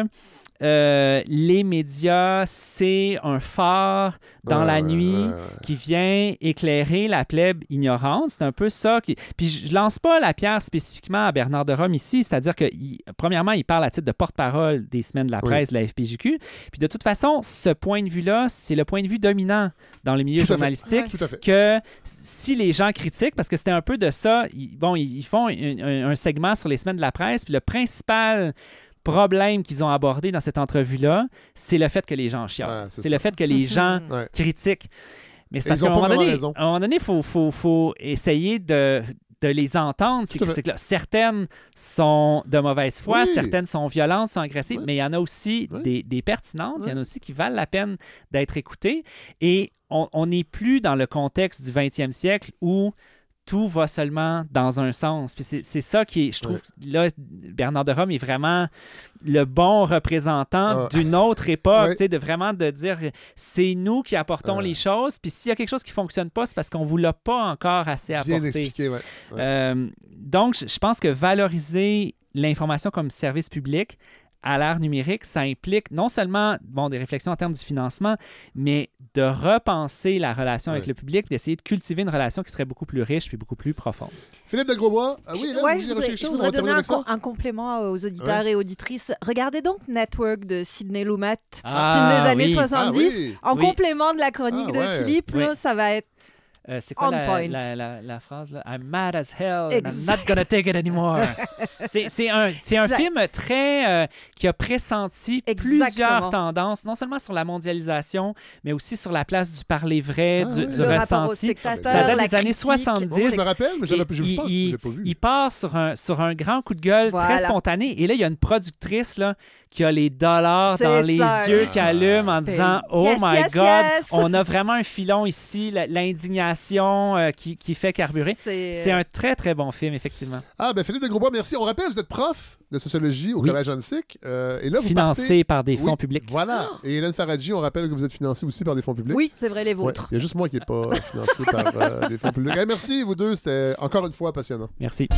les médias, c'est un phare dans la nuit qui vient éclairer la plèbe ignorante. C'est un peu ça. Puis je lance pas la pierre spécifiquement à Bernard de Rome ici, c'est-à-dire que, premièrement, il parle à titre de porte-parole des semaines de la presse de la FPJQ. Puis de toute façon, ce point de vue-là, c'est le point de vue dominant dans le milieu journalistique. Que si les gens critiquent, parce que c'était un peu de ça, ils font un segment sur les semaines de la presse, puis le principal problème qu'ils ont abordé dans cette entrevue-là, c'est le fait que les gens chialent. C'est le fait que les gens critiquent. Mais c'est parce qu'à un moment donné, il faut essayer de les entendre, ces critiques-là. Certaines sont de mauvaise foi, certaines sont violentes, sont agressives, mais il y en a aussi des pertinentes, il y en a aussi qui valent la peine d'être écoutées. Et on n'est plus dans le contexte du 20e siècle où tout va seulement dans un sens. Puis c'est ça qui est, je trouve, là, Bernard de Rome est vraiment le bon représentant d'une autre époque, tu sais, de dire, c'est nous qui apportons les choses, puis s'il y a quelque chose qui ne fonctionne pas, c'est parce qu'on ne vous l'a pas encore assez apporté. Bien expliqué, donc, je pense que valoriser l'information comme service public à l'ère numérique, ça implique non seulement des réflexions en termes du financement, mais de repenser la relation avec le public, d'essayer de cultiver une relation qui serait beaucoup plus riche puis beaucoup plus profonde. Philippe de Grosbois, je voudrais donner un complément aux auditeurs et auditrices. Regardez donc Network de Sidney Lumet, film des années 70, en complément de la chronique de Philippe. Là, ça va être... c'est quoi la phrase là? I'm mad as hell and I'm not gonna take it anymore. c'est un film très qui a pressenti plusieurs tendances, non seulement sur la mondialisation, mais aussi sur la place du parler vrai, du ressenti. Ça date des années 70. Je me rappelle, mais je l'ai pas vu. Il part sur un grand coup de gueule très spontané. Et là, il y a une productrice là, qui a les dollars dans les yeux qui allument en disant « Oh my God, on a vraiment un filon ici, l'indignation qui fait carburer. » C'est un très, très bon film, effectivement. Philippe de Grosbois, merci. On rappelle, vous êtes prof de sociologie au Collège Annecy. Et là, vous financé par des fonds publics. Voilà. Et Hélène Faradji, on rappelle que vous êtes financé aussi par des fonds publics. Oui, c'est vrai, les vôtres. Il y a juste moi qui n'ai pas financé par des fonds publics. Merci, vous deux. C'était encore une fois passionnant. Merci.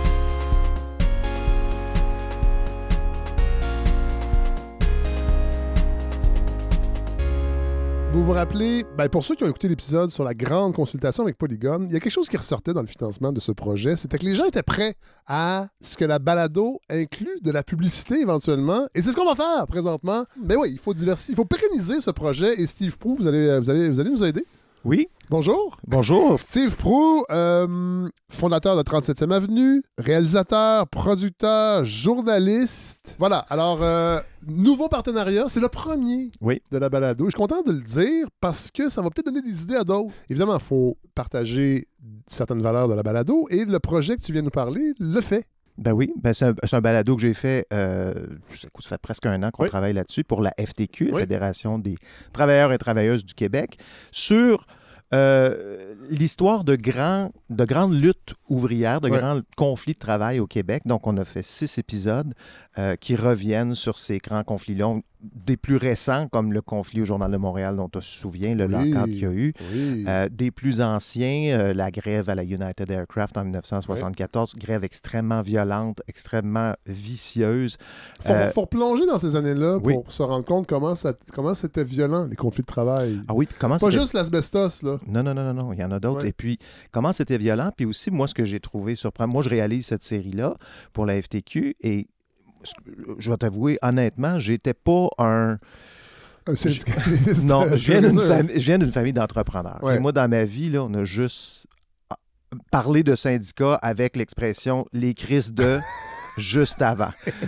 Vous vous rappelez, pour ceux qui ont écouté l'épisode sur la grande consultation avec Polygone, il y a quelque chose qui ressortait dans le financement de ce projet, c'était que les gens étaient prêts à ce que la balado inclue de la publicité éventuellement. Et c'est ce qu'on va faire présentement. Mais oui, il faut diversifier, il faut pérenniser ce projet. Et Steve Proulx, vous allez nous aider? Oui. Bonjour. Bonjour. Steve Proulx, fondateur de 37e Avenue, réalisateur, producteur, journaliste. Voilà, alors, nouveau partenariat, c'est le premier de la balado. Je suis content de le dire parce que ça va peut-être donner des idées à d'autres. Évidemment, il faut partager certaines valeurs de la balado et le projet que tu viens de nous parler le fait. Ben oui, c'est un balado que j'ai fait, ça fait presque un an qu'on travaille là-dessus pour la FTQ, la Fédération des travailleurs et travailleuses du Québec, sur l'histoire de grandes luttes ouvrières, de grands conflits de travail au Québec. Donc, on a fait 6 épisodes qui reviennent sur ces grands conflits-là, des plus récents, comme le conflit au Journal de Montréal dont on se souvient, le lockout qu'il y a eu, des plus anciens, la grève à la United Aircraft en 1974, grève extrêmement violente, extrêmement vicieuse. Faut replonger dans ces années-là pour se rendre compte comment c'était violent, les conflits de travail. Ah oui, comment pas juste l'asbestos, là. Non, il y en a d'autres. Et puis, comment c'était violent, puis aussi, moi, ce que j'ai trouvé surprenant, moi, je réalise cette série-là pour la FTQ, et je vais t'avouer, honnêtement, j'étais pas un syndicaliste. Non, je viens d'une famille d'entrepreneurs. Et moi, dans ma vie, là, on a juste parlé de syndicats avec l'expression « les crises de » juste avant.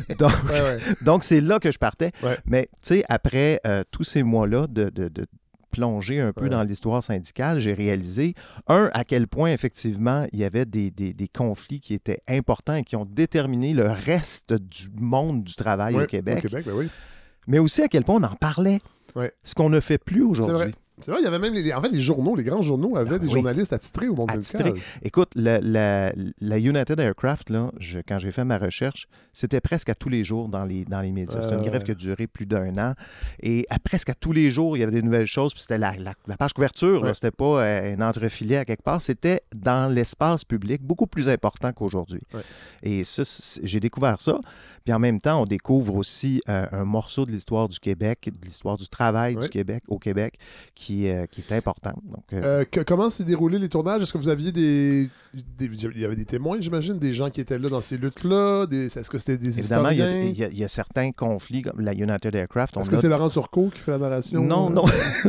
Donc, c'est là que je partais. Mais, tu sais, après tous ces mois-là de plonger un peu dans l'histoire syndicale, j'ai réalisé, à quel point, effectivement, il y avait des conflits qui étaient importants et qui ont déterminé le reste du monde du travail au Québec. Mais aussi à quel point on en parlait. Ce qu'on ne fait plus aujourd'hui. C'est vrai, il y avait même les journaux, les grands journaux avaient des journalistes attitrés au monde syndical. Écoute, la United Aircraft, là, quand j'ai fait ma recherche, c'était presque à tous les jours dans les médias. C'est une grève qui a duré plus d'1 an. Et presque à tous les jours, il y avait des nouvelles choses. Puis c'était la page couverture. C'était pas un entrefilet à quelque part. C'était dans l'espace public, beaucoup plus important qu'aujourd'hui. Et ça, j'ai découvert ça. Puis en même temps, on découvre aussi un morceau de l'histoire du Québec, de l'histoire du travail du Québec, au Québec, qui est important. Donc, comment s'est déroulé les tournages? Est-ce que vous aviez il y avait des témoins, j'imagine, des gens qui étaient là dans ces luttes-là? Est-ce que c'était des historiens? Évidemment, il y a certains conflits, comme la United Aircraft. Est-ce que c'est Laurent Turcot qui fait la narration? Non.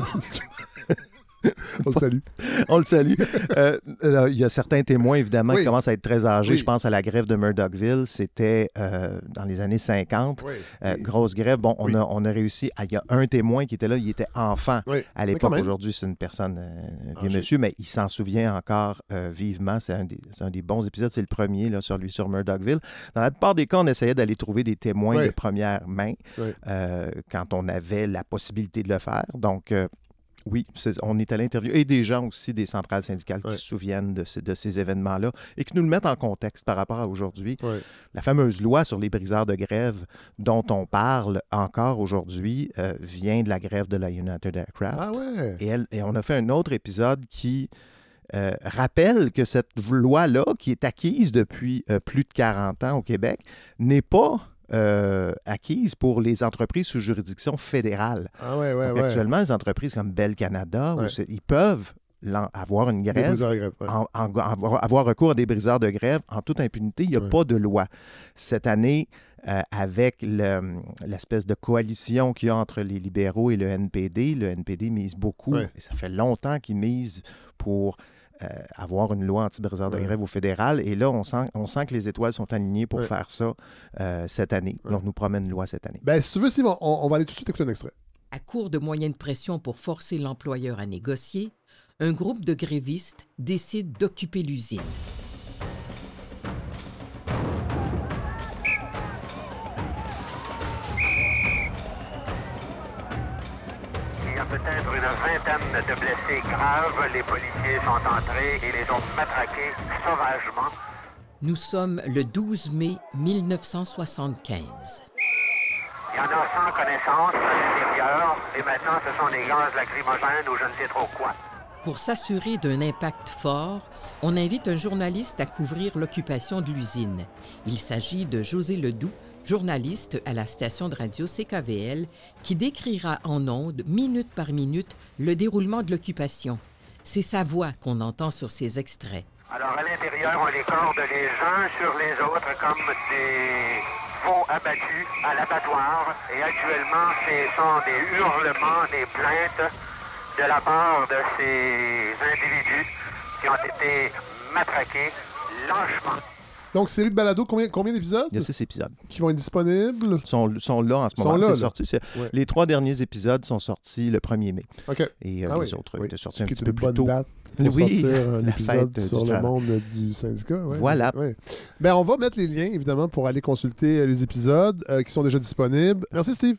On le salue. On le salue. Il y a certains témoins, évidemment, qui commencent à être très âgés. Je pense à la grève de Murdochville. C'était dans les années 50. Grosse grève. Bon, on a réussi. Il y a un témoin qui était là. Il était enfant à l'époque. Aujourd'hui, c'est une personne, vieux monsieur, mais il s'en souvient encore vivement. C'est un des bons épisodes. C'est le premier, là, sur Murdochville. Dans la plupart des cas, on essayait d'aller trouver des témoins de première main quand on avait la possibilité de le faire. Donc, oui, on est à l'interview. Et des gens aussi des centrales syndicales qui se souviennent de ces événements-là et qui nous le mettent en contexte par rapport à aujourd'hui. La fameuse loi sur les briseurs de grève dont on parle encore aujourd'hui vient de la grève de la United Aircraft. Ah ouais! Et on a fait un autre épisode qui rappelle que cette loi-là, qui est acquise depuis plus de 40 ans au Québec, n'est pas acquise pour les entreprises sous juridiction fédérale. Ah ouais. Actuellement, les entreprises comme Bell Canada, ils peuvent avoir une grève, avoir recours à des briseurs de grève en toute impunité. Il n'y a pas de loi. Cette année, avec l'espèce de coalition qu'il y a entre les libéraux et le NPD mise beaucoup, et ça fait longtemps qu'ils misent pour avoir une loi anti-briseur de grève au fédéral. Et là, on sent que les étoiles sont alignées pour faire ça cette année. Donc, nous promet une loi cette année. Ben, si tu veux, Steve, on va aller tout de suite écouter un extrait. À court de moyens de pression pour forcer l'employeur à négocier, un groupe de grévistes décide d'occuper l'usine. Il y a peut-être une vingtaine de blessés graves. Les policiers sont entrés et les ont matraqués sauvagement. Nous sommes le 12 mai 1975. Il y en a sans connaissance à l'intérieur et maintenant ce sont des gaz lacrymogènes ou je ne sais trop quoi. Pour s'assurer d'un impact fort, on invite un journaliste à couvrir l'occupation de l'usine. Il s'agit de José Ledoux, journaliste à la station de radio CKVL, qui décrira en ondes, minute par minute, le déroulement de l'occupation. C'est sa voix qu'on entend sur ces extraits. Alors à l'intérieur, on les corde les uns sur les autres comme des veaux abattus à l'abattoir. Et actuellement, ce sont des hurlements, des plaintes de la part de ces individus qui ont été matraqués lâchement. Donc, série de balado, combien d'épisodes? Il y a 6 épisodes. Qui vont être disponibles? Sont là en ce moment. C'est sorti. Les 3 derniers épisodes sont sortis le 1er mai. OK. Et les autres étaient sortis un petit peu plus bonne tôt. Date pour sortir un épisode sur le monde du syndicat. Voilà. Ben, on va mettre les liens, évidemment, pour aller consulter les épisodes qui sont déjà disponibles. Merci, Steve.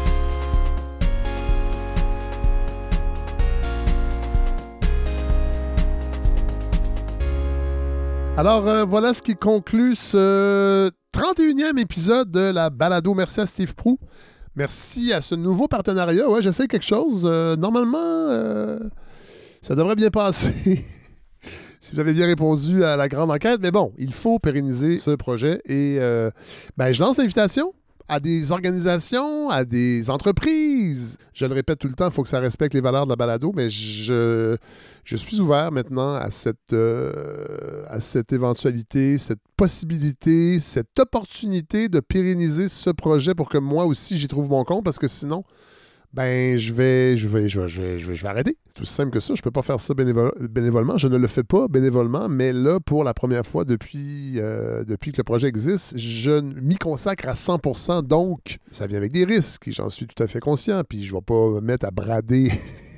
Alors, voilà ce qui conclut ce 31e épisode de la balado. Merci à Steve Proulx. Merci à ce nouveau partenariat. Ouais, j'essaie quelque chose. Normalement, ça devrait bien passer. Si vous avez bien répondu à la grande enquête. Mais bon, il faut pérenniser ce projet. Et je lance l'invitation à des organisations, à des entreprises. Je le répète tout le temps, il faut que ça respecte les valeurs de la balado, mais je suis ouvert maintenant à cette éventualité, cette possibilité, cette opportunité de pérenniser ce projet pour que moi aussi j'y trouve mon compte, parce que sinon, je vais arrêter. C'est tout simple que ça. Je ne peux pas faire ça bénévolement. Je ne le fais pas bénévolement, mais là, pour la première fois depuis que le projet existe, je m'y consacre à 100%. Donc, ça vient avec des risques et j'en suis tout à fait conscient. Puis, je ne vais pas me mettre à brader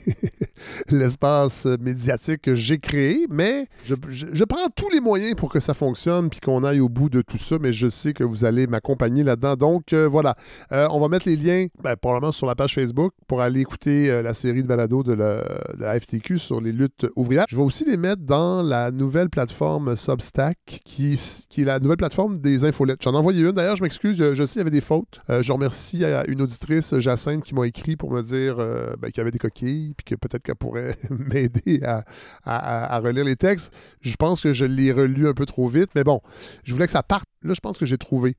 l'espace médiatique que j'ai créé, mais je prends tous les moyens pour que ça fonctionne puis qu'on aille au bout de tout ça, mais je sais que vous allez m'accompagner là-dedans. Donc, voilà. On va mettre les liens probablement sur la page Facebook pour aller écouter la série de balados de la FTQ sur les luttes ouvrières. Je vais aussi les mettre dans la nouvelle plateforme Substack qui est la nouvelle plateforme des infolettes. J'en ai envoyé une. D'ailleurs, je m'excuse, je sais qu'il y avait des fautes. Je remercie à une auditrice, Jacinthe, qui m'a écrit pour me dire qu'il y avait des coquilles puis que peut-être qu'elle pourrait m'aider à relire les textes. Je pense que je l'ai relu un peu trop vite, mais bon, je voulais que ça parte. Là, je pense que j'ai trouvé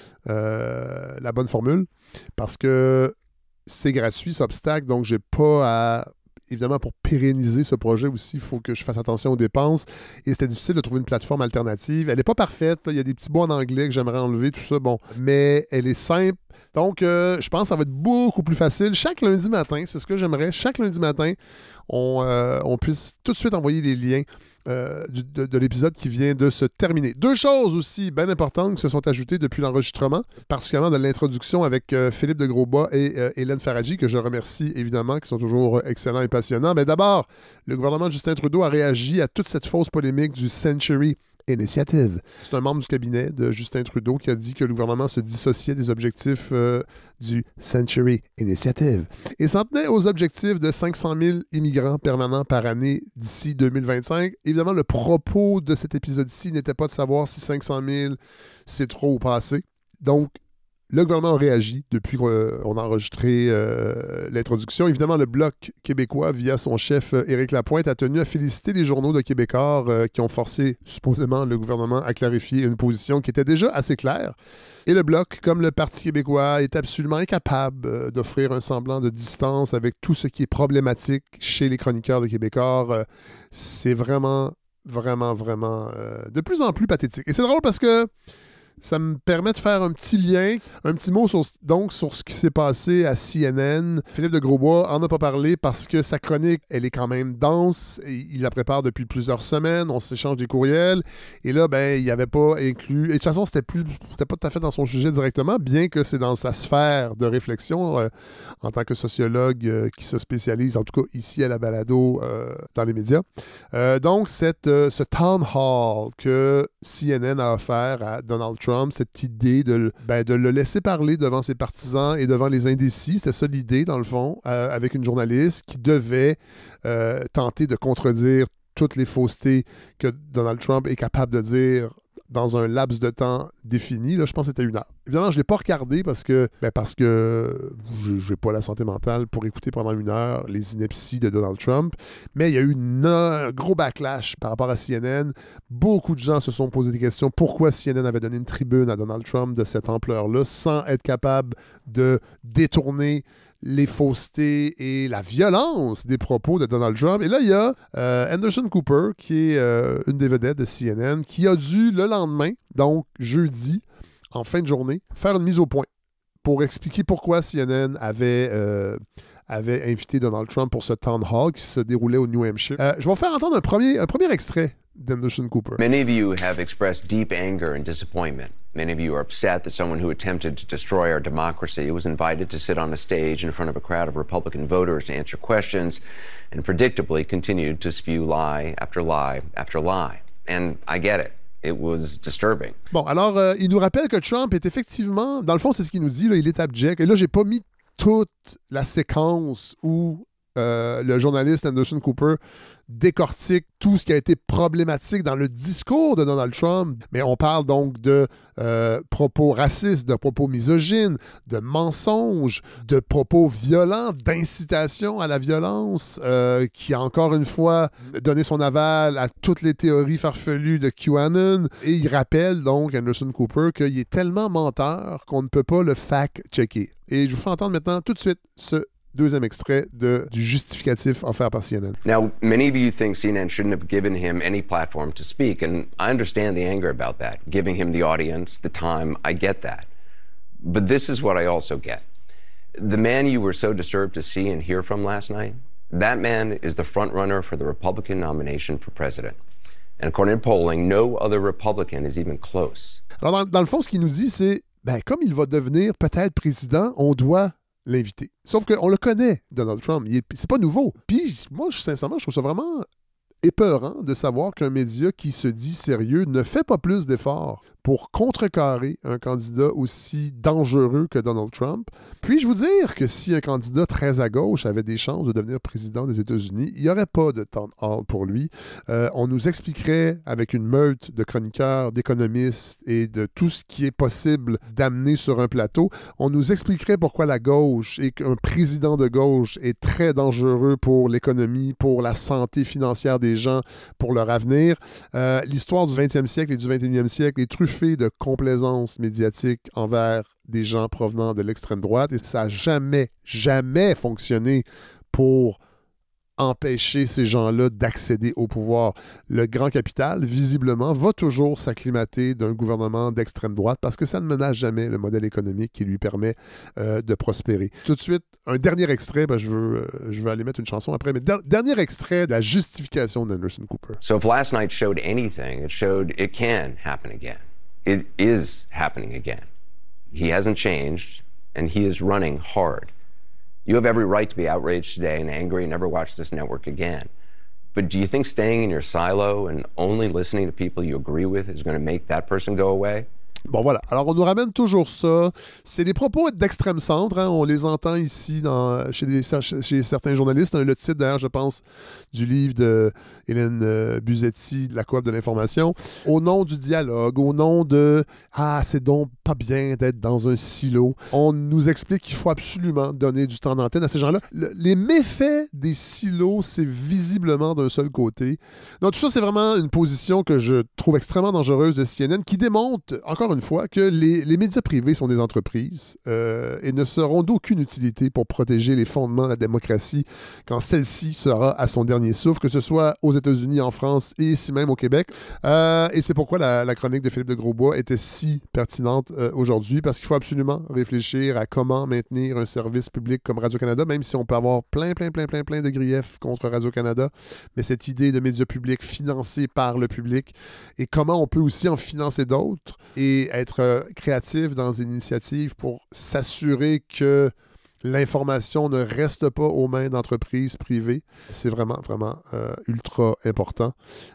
la bonne formule parce que c'est gratuit, Substack, donc j'ai pas à... Évidemment, pour pérenniser ce projet aussi, il faut que je fasse attention aux dépenses. Et c'était difficile de trouver une plateforme alternative. Elle n'est pas parfaite. Il y a des petits mots en anglais que j'aimerais enlever, tout ça. Bon, mais elle est simple. Donc, je pense que ça va être beaucoup plus facile. Chaque lundi matin, c'est ce que j'aimerais. Chaque lundi matin, on puisse tout de suite envoyer les liens de l'épisode qui vient de se terminer. 2 choses aussi bien importantes qui se sont ajoutées depuis l'enregistrement, particulièrement de l'introduction avec Philippe de Grosbois et Hélène Faradji, que je remercie évidemment, qui sont toujours excellents et passionnants. Mais d'abord, le gouvernement de Justin Trudeau a réagi à toute cette fausse polémique du Century Initiative. C'est un membre du cabinet de Justin Trudeau qui a dit que le gouvernement se dissociait des objectifs du Century Initiative et s'en tenait aux objectifs de 500 000 immigrants permanents par année d'ici 2025. Évidemment, le propos de cet épisode-ci n'était pas de savoir si 500 000 c'est trop ou pas assez. Donc, le gouvernement a réagi depuis qu'on a enregistré l'introduction. Évidemment, le Bloc québécois, via son chef Éric Lapointe, a tenu à féliciter les journaux de Québécois qui ont forcé supposément le gouvernement à clarifier une position qui était déjà assez claire. Et le Bloc, comme le Parti québécois, est absolument incapable d'offrir un semblant de distance avec tout ce qui est problématique chez les chroniqueurs de Québécois. C'est vraiment de plus en plus pathétique. Et c'est drôle parce que ça me permet de faire un petit lien, un petit mot sur ce qui s'est passé à CNN. Philippe de Grosbois en a pas parlé parce que sa chronique, elle est quand même dense. Il la prépare depuis plusieurs semaines. On s'échange des courriels. Et là, il n'y avait pas inclus... Et de toute façon, c'était pas tout à fait dans son sujet directement, bien que c'est dans sa sphère de réflexion en tant que sociologue qui se spécialise, en tout cas ici à la balado, dans les médias. Donc, ce town hall que CNN a offert à Donald Trump, cette idée de le laisser parler devant ses partisans et devant les indécis. C'était ça l'idée, dans le fond, avec une journaliste qui devait tenter de contredire toutes les faussetés que Donald Trump est capable de dire dans un laps de temps défini. Là, je pense que c'était 1 heure. Évidemment, je ne l'ai pas regardé parce que je n'ai pas la santé mentale pour écouter pendant 1 heure les inepties de Donald Trump. Mais il y a eu un gros backlash par rapport à CNN. Beaucoup de gens se sont posé des questions. Pourquoi CNN avait donné une tribune à Donald Trump de cette ampleur-là sans être capable de détourner les faussetés et la violence des propos de Donald Trump. Et là, il y a Anderson Cooper, qui est une des vedettes de CNN, qui a dû, le lendemain, donc jeudi, en fin de journée, faire une mise au point pour expliquer pourquoi CNN avait invité Donald Trump pour ce town hall qui se déroulait au New Hampshire. Je vais vous faire entendre un premier extrait d'Anderson Cooper. Many of you have expressed deep anger and disappointment. Many of you are upset that someone who attempted to destroy our democracy was invited to sit on a stage in front of a crowd of Republican voters to answer questions and predictably continued to spew lie after lie after lie. And I get it. It was disturbing. Bon, alors, il nous rappelle que Trump est effectivement, dans le fond, c'est ce qu'il nous dit, là, il est abject. Et là, j'ai pas mis toute la séquence où le journaliste Anderson Cooper décortique tout ce qui a été problématique dans le discours de Donald Trump. Mais on parle donc de propos racistes, de propos misogynes, de mensonges, de propos violents, d'incitation à la violence, qui a encore une fois donné son aval à toutes les théories farfelues de QAnon. Et il rappelle donc, Anderson Cooper, qu'il est tellement menteur qu'on ne peut pas le fact-checker. Et je vous fais entendre maintenant tout de suite ce deuxième extrait du justificatif offert par CNN. Now, many of you think CNN shouldn't have given him any platform to speak, and I understand the anger about that. Giving him the audience, the time, I get that. But this is what I also get. The man you were so disturbed to see and hear from last night, that man is the front runner for the Republican nomination for president. And according to polling, no other Republican is even close. Alors, dans le fond, ce qu'il nous dit, c'est, comme il va devenir peut-être président, on doit l'inviter. Sauf qu'on le connaît, Donald Trump. C'est pas nouveau. Puis, moi, sincèrement, je trouve ça vraiment épeurant de savoir qu'un média qui se dit sérieux ne fait pas plus d'efforts pour contrecarrer un candidat aussi dangereux que Donald Trump. Puis-je vous dire que si un candidat très à gauche avait des chances de devenir président des États-Unis, il n'y aurait pas de town hall pour lui. On nous expliquerait avec une meute de chroniqueurs, d'économistes et de tout ce qui est possible d'amener sur un plateau, on nous expliquerait pourquoi la gauche et qu'un président de gauche est très dangereux pour l'économie, pour la santé financière des gens, pour leur avenir. L'histoire du 20e siècle et du 21e siècle est truffée de complaisance médiatique envers des gens provenant de l'extrême droite et ça n'a jamais fonctionné pour empêcher ces gens-là d'accéder au pouvoir. Le grand capital, visiblement, va toujours s'acclimater d'un gouvernement d'extrême droite parce que ça ne menace jamais le modèle économique qui lui permet de prospérer. Tout de suite, un dernier extrait, je veux aller mettre une chanson après, mais dernier extrait de la justification d'Anderson Cooper. So if last night showed anything, it showed it can happen again. It is happening again. He hasn't changed, and he is running hard. You have every right to be outraged today and angry and never watch this network again. But do you think staying in your silo and only listening to people you agree with is going to make that person go away? Bon, voilà. Alors, on nous ramène toujours ça. C'est des propos d'extrême centre. Hein. On les entend ici chez certains journalistes. Le titre, d'ailleurs, je pense, du livre de Hélène Buzetti de la Coop de l'information. Au nom du dialogue, au nom de « Ah, c'est donc pas bien d'être dans un silo », on nous explique qu'il faut absolument donner du temps d'antenne à ces gens-là. Les méfaits des silos, c'est visiblement d'un seul côté. Donc, tout ça, c'est vraiment une position que je trouve extrêmement dangereuse de CNN qui démontre, encore une fois, que les médias privés sont des entreprises et ne seront d'aucune utilité pour protéger les fondements de la démocratie quand celle-ci sera à son dernier souffle, que ce soit aux États-Unis, en France et ici même au Québec. Et c'est pourquoi la chronique de Philippe de Grosbois était si pertinente aujourd'hui, parce qu'il faut absolument réfléchir à comment maintenir un service public comme Radio-Canada, même si on peut avoir plein de griefs contre Radio-Canada, mais cette idée de médias publics financés par le public et comment on peut aussi en financer d'autres et être créatif dans une initiative pour s'assurer que l'information ne reste pas aux mains d'entreprises privées. C'est vraiment ultra important.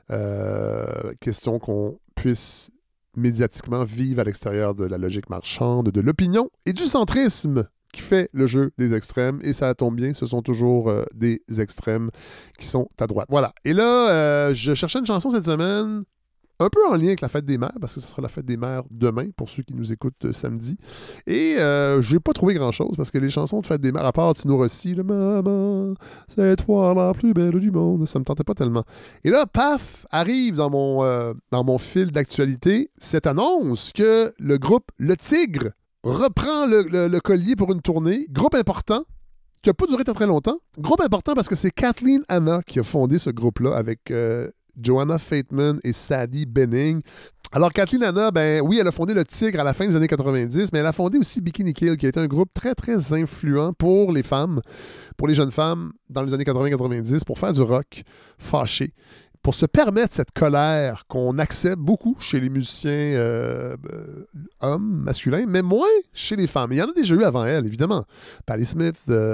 Question qu'on puisse médiatiquement vivre à l'extérieur de la logique marchande, de l'opinion et du centrisme qui fait le jeu des extrêmes. Et ça tombe bien, ce sont toujours des extrêmes qui sont à droite. Voilà. Et là, je cherchais une chanson cette semaine un peu en lien avec la fête des mères, parce que ce sera la fête des mères demain, pour ceux qui nous écoutent samedi. Et j'ai pas trouvé grand-chose, parce que les chansons de fête des mères, à part Tino Rossi, le « Maman, c'est toi la plus belle du monde », ça me tentait pas tellement. Et là, paf, arrive dans mon fil d'actualité cette annonce que le groupe Le Tigre reprend le collier pour une tournée. Groupe important, qui n'a pas duré très longtemps. Groupe important parce que c'est Kathleen Hanna qui a fondé ce groupe-là avec Joanna Fateman et Sadie Benning. Alors, Kathleen Hanna, oui, elle a fondé Le Tigre à la fin des années 90, mais elle a fondé aussi Bikini Kill, qui a été un groupe très influent pour les femmes, pour les jeunes femmes dans les années 80-90, pour faire du rock fâché, pour se permettre cette colère qu'on accepte beaucoup chez les musiciens hommes, masculins, mais moins chez les femmes. Il y en a déjà eu avant elle, évidemment. Patti Smith,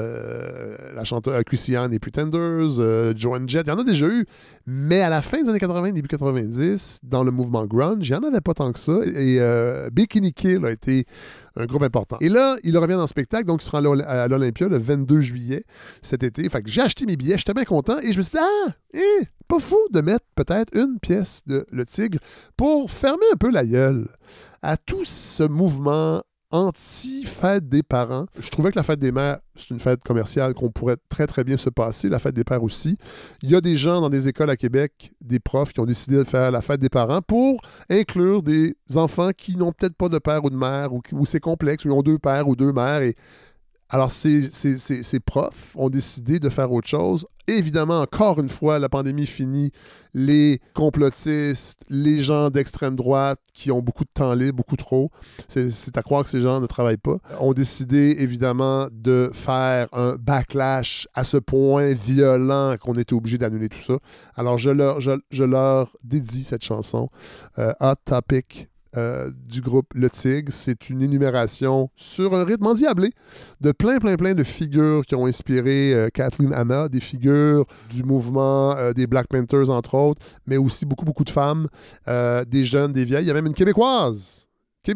la chanteuse Chrissy Hine et Pretenders, Joan Jett, il y en a déjà eu. Mais à la fin des années 80, début 90, dans le mouvement grunge, il n'y en avait pas tant que ça. Et Bikini Kill a été un groupe important. Et là, il revient en spectacle, donc il sera à l'Olympia le 22 juillet cet été. Fait que j'ai acheté mes billets, j'étais bien content et je me suis dit, pas fou de mettre peut-être une pièce de Le Tigre pour fermer un peu la gueule à tout ce mouvement anti-fête des parents. Je trouvais que la fête des mères, c'est une fête commerciale qu'on pourrait très bien se passer, la fête des pères aussi. Il y a des gens dans des écoles à Québec, des profs qui ont décidé de faire la fête des parents pour inclure des enfants qui n'ont peut-être pas de père ou de mère, ou c'est complexe, ou ils ont deux pères ou deux mères. Et alors, ces profs ont décidé de faire autre chose. Évidemment, encore une fois, la pandémie finit. Les complotistes, les gens d'extrême droite qui ont beaucoup de temps libre, beaucoup trop, c'est à croire que ces gens ne travaillent pas, ont décidé, évidemment, de faire un backlash à ce point violent qu'on était obligé d'annuler tout ça. Alors, je leur dédie cette chanson, Hot Topic, du groupe Le Tigre. C'est une énumération sur un rythme endiablé de plein de figures qui ont inspiré Kathleen Hanna, des figures du mouvement des Black Panthers, entre autres, mais aussi beaucoup de femmes, des jeunes, des vieilles. Il y a même une Québécoise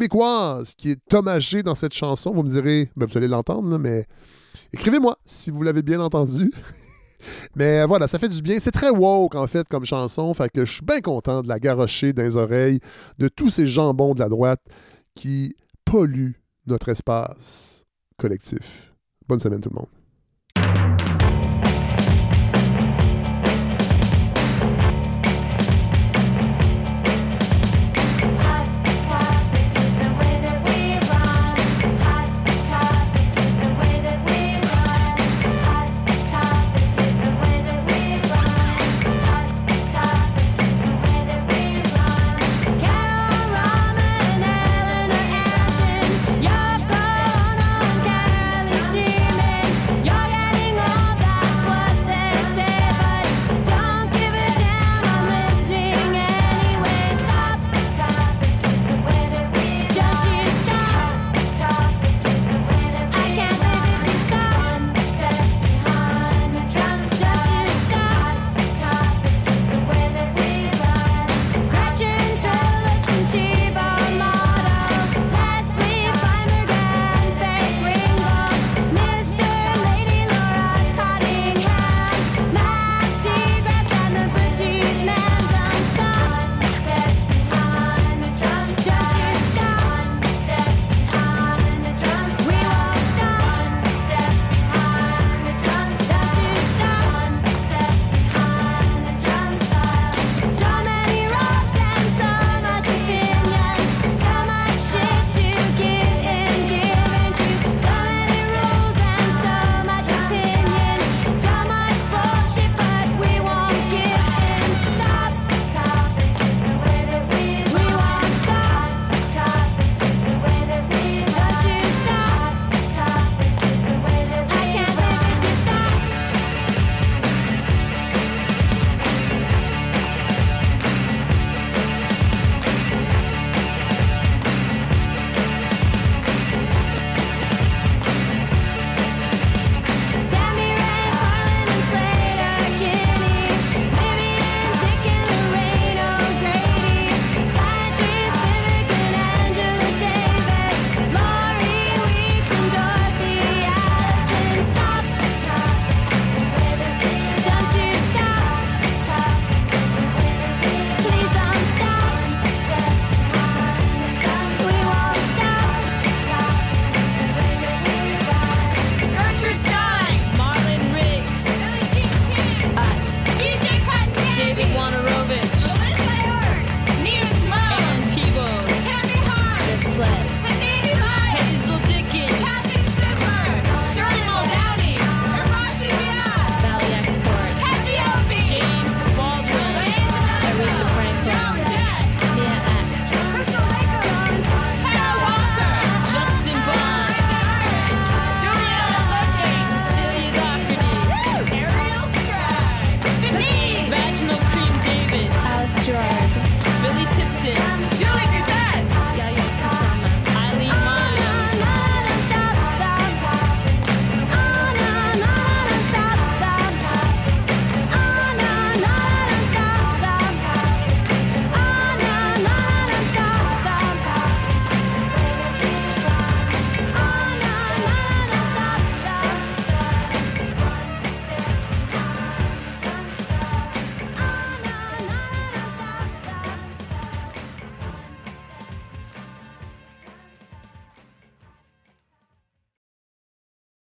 qui est hommagée dans cette chanson. Vous me direz, vous allez l'entendre, là, mais écrivez-moi si vous l'avez bien entendu. Mais voilà, ça fait du bien. C'est très woke, en fait, comme chanson. Fait que je suis bien content de la garrocher dans les oreilles de tous ces jambons de la droite qui polluent notre espace collectif. Bonne semaine, tout le monde.